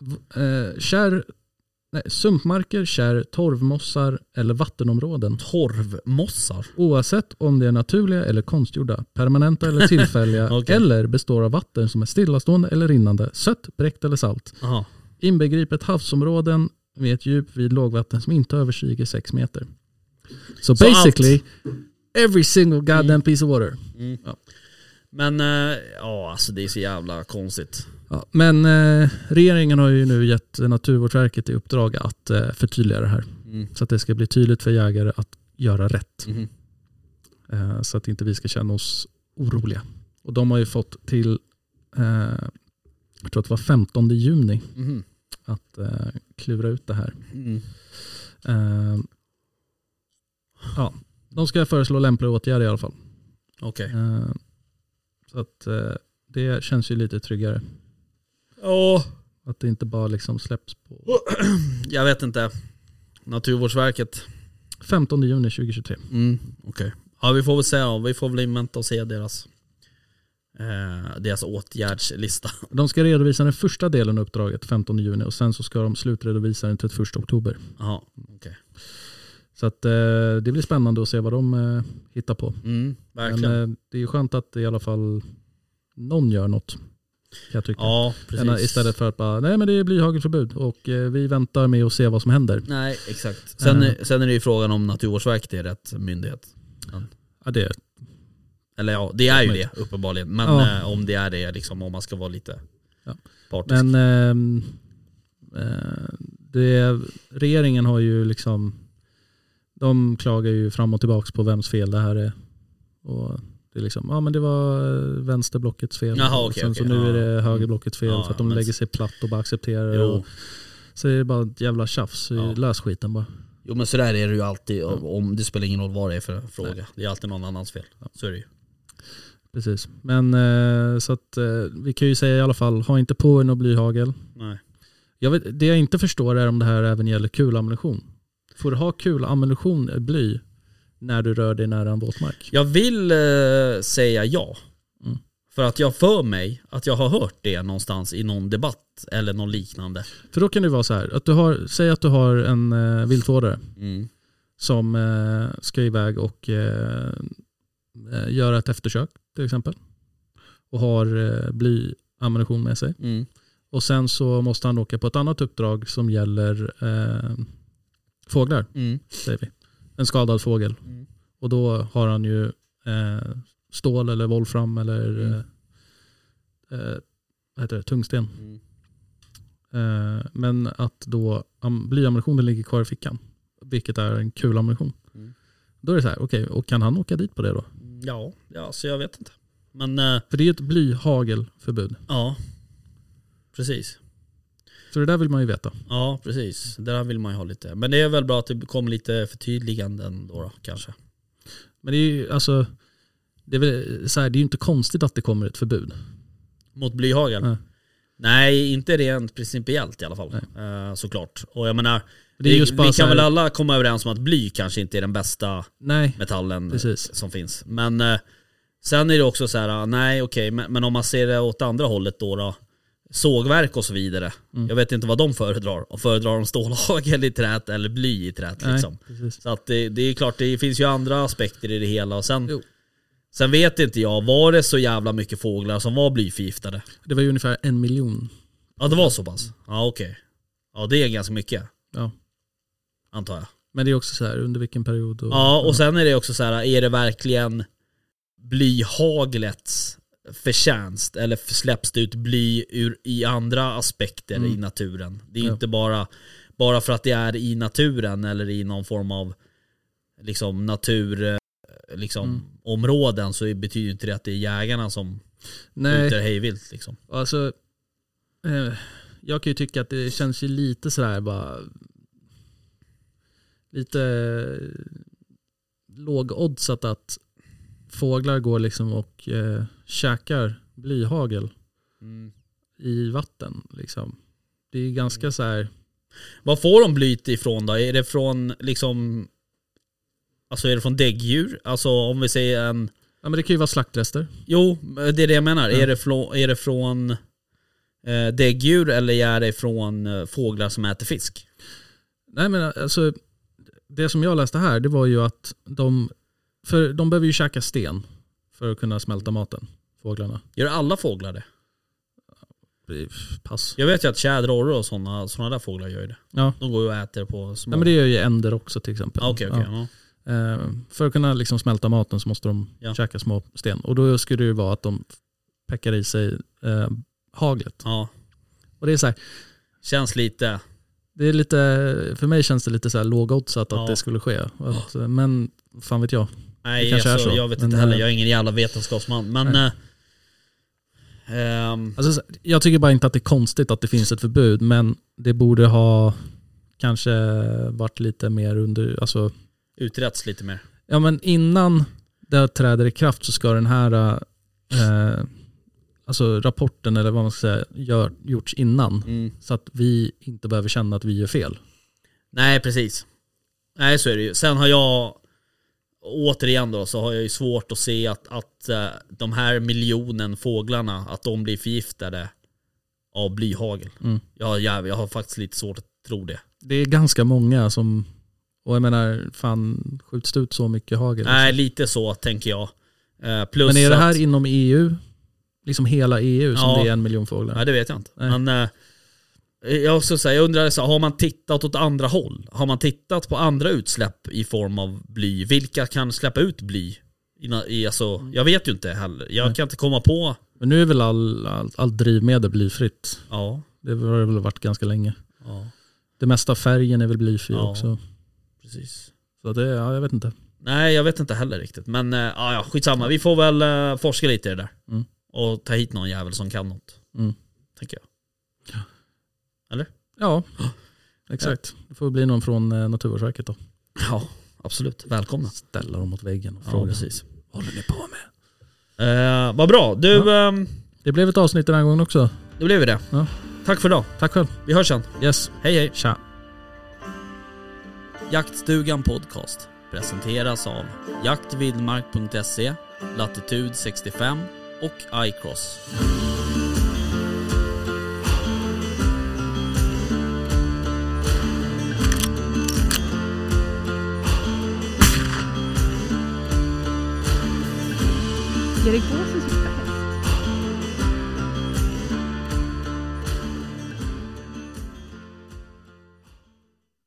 D: Sumpmarker, kärr, torvmossar eller vattenområden.
C: Torvmossar?
D: Oavsett om det är naturliga eller konstgjorda, permanenta eller tillfälliga okay. Eller består av vatten som är stillastående eller rinnande, sött, bräckt eller salt.
C: Aha.
D: Inbegripet havsområden med ett djup vid lågvatten som inte överstiger 6 meter. So basically, every single goddamn piece of water. Ja.
C: Men alltså det är så jävla konstigt.
D: Ja, men regeringen har ju nu gett Naturvårdsverket i uppdrag att förtydliga det här. Så att det ska bli tydligt för jägare att göra rätt. Så att inte vi ska känna oss oroliga. Och de har ju fått till, jag tror att det var 15 juni att klura ut det här. Ja, de ska föreslå lämpliga åtgärder i alla fall.
C: Okej.
D: Så att det känns ju lite tryggare.
C: Ja.
D: Att det inte bara liksom släpps på.
C: Jag vet inte. Naturvårdsverket.
D: 15 juni 2023.
C: Okej. Ja, vi får väl säga. Vi får väl invänta och se deras åtgärdslista.
D: De ska redovisa den första delen av uppdraget 15 juni och sen så ska de slutredovisa den 31 oktober.
C: Jaha, okej.
D: Så att det blir spännande att se vad de hittar på.
C: Verkligen.
D: Men det är ju skönt att i alla fall någon gör något. Jag tycker.
C: Ja, precis.
D: Istället för att bara, nej men det blir hagelförbud och vi väntar med att se vad som händer.
C: Nej, exakt. Sen är det ju frågan om Naturvårdsverket är rätt myndighet.
D: Ja, det är.
C: Eller ja, det är ju det uppenbarligen. Men om det är det, liksom, om man ska vara lite partisk.
D: Men regeringen har ju liksom, de klagar ju fram och tillbaka på vems fel det här är. Och det är liksom, men det var vänsterblockets fel.
C: Jaha, okay,
D: så nu är det högerblockets fel för att de lägger sig platt och bara accepterar det. Så är det bara ett jävla tjafs. Lös skiten bara.
C: Jo, men så där är det ju alltid. Om det spelar ingen roll vad det är för fråga. Nej. Det är alltid någon annans fel. Så är det ju.
D: Precis. Men så att vi kan ju säga i alla fall, ha inte på er någon blyhagel.
C: Nej.
D: Det jag inte förstår är om det här även gäller kulammunition. Får du ha ammunition bly när du rör dig nära en våtmark?
C: Jag vill säga ja. För att jag för mig att jag har hört det någonstans i någon debatt eller någon liknande.
D: För då kan det vara så här, att säg att du har en viltvårdare som ska iväg och göra ett eftersök till exempel. Och har blyammunition med sig. Och sen så måste han åka på ett annat uppdrag som gäller fåglar, säger vi. En skadad fågel. Och då har han ju stål eller volfram eller vad heter det, tungsten. Men att då blyammunitionen ligger kvar i fickan, vilket är en kulammunition. Då är det så här, okej, och kan han åka dit på det då?
C: Ja, så jag vet inte. Men,
D: för det är ju ett blyhagelförbud.
C: Ja, precis.
D: Så det där vill man ju veta.
C: Ja, precis. Det där vill man ju ha lite. Men det är väl bra att det kommer lite förtydliganden då kanske.
D: Men det är ju alltså, det är väl så här, det är ju inte konstigt att det kommer ett förbud.
C: Mot blyhagel? Nej, inte rent principiellt i alla fall. Såklart. Och jag menar, vi kan väl alla komma överens om att bly kanske inte är den bästa metallen som finns. Men sen är det också så här, men om man ser det åt andra hållet då sågverk och så vidare. Jag vet inte vad de föredrar. Och föredrar de stålhagel i trät eller bly i trät liksom. Så att det är klart, det finns ju andra aspekter i det hela. Och sen vet inte jag, var det så jävla mycket fåglar som var blyförgiftade? Det
D: var ju ungefär 1 miljon.
C: Ja, det var så pass. Ja, okej. Ja, det är ganska mycket.
D: Ja.
C: Antar jag.
D: Men det är också så här, under vilken period?
C: Och sen är det också så här, är det verkligen blyhaglets förtjänst eller släpps det ut bly i andra aspekter i naturen? Det är inte bara för att det är i naturen eller i någon form av liksom natur områden, så betyder inte det att det är jägarna som skjuter hejvilt liksom.
D: Alltså jag kan ju tycka att det känns ju lite sådär bara lite lågoddsat att fåglar går liksom och käkar blyhagel i vatten liksom. Det är ganska så här.
C: Vad får de blyt ifrån då? Är det från liksom, alltså är det från däggdjur? Alltså om vi säger en...
D: Ja, men det kan ju vara slaktrester.
C: Jo, det är det jag menar. Är det från däggdjur eller är det från fåglar som äter fisk?
D: Nej, men alltså det som jag läste här, det var ju att de behöver ju käka sten för att kunna smälta maten, fåglarna.
C: Gör alla fåglar det?
D: Pass.
C: Jag vet ju att tjäderorre och såna där fåglar gör det. Ja. De går ju och äter på små...
D: Ja, men det gör ju änder också till exempel.
C: Okej.
D: För att kunna liksom smälta maten så måste de käka små sten. Och då skulle det ju vara att de päckar i sig haglet.
C: Ja.
D: Och det är så här,
C: känns lite...
D: Det är lite, för mig känns det lite så här lågoddsat att det skulle ske. Men fan vet jag.
C: Nej, alltså, jag vet inte heller. Jag är ingen jävla vetenskapsman. Men
D: alltså, jag tycker bara inte att det är konstigt att det finns ett förbud, men det borde ha kanske varit lite mer under,
C: uträtts lite mer.
D: Ja, men innan det träder i kraft så ska den här rapporten eller vad man ska säga gjorts innan, så att vi inte behöver känna att vi gör fel.
C: Nej, precis. Nej, så är det ju. Sen har jag återigen då, så har jag ju svårt att se att de här miljonen fåglarna, att de blir förgiftade av blyhagel. Jag har faktiskt lite svårt att tro det.
D: Det är ganska många som, och jag menar, fan, skjuts det ut så mycket hagel?
C: Nej, lite så tänker jag. Plus
D: men är det här inom EU, liksom hela EU, som det är 1 miljon fåglar?
C: Nej, det vet jag inte. Men jag undrar så, har man tittat åt andra håll? Har man tittat på andra utsläpp i form av bly? Vilka kan släppa ut bly? Jag vet ju inte heller. Jag kan inte komma på.
D: Men nu är väl all drivmedel blyfritt?
C: Ja.
D: Det har det väl varit ganska länge.
C: Ja.
D: Det mesta färgen är väl blyfri också.
C: Precis.
D: Så det, jag vet inte.
C: Nej, jag vet inte heller riktigt. Men skitsamma. Vi får väl forska lite i det där. Och ta hit någon jävel som kan något. Tänker jag. Eller?
D: Ja, exakt. Det får bli någon från Naturvårdsverket då.
C: Ja, absolut. Välkomna.
D: Ställa dem mot väggen och fråga.
C: Precis.
D: Vad håller ni på med?
C: Vad bra. Du,
D: det blev ett avsnitt den här gången också.
C: Det blev det.
D: Ja.
C: Tack för idag.
D: Tack själv.
C: Vi hörs sen.
D: Yes.
C: Hej.
D: Tja.
C: Jaktstugan Podcast presenteras av jaktvildmark.se, Latitude 65 och iCross.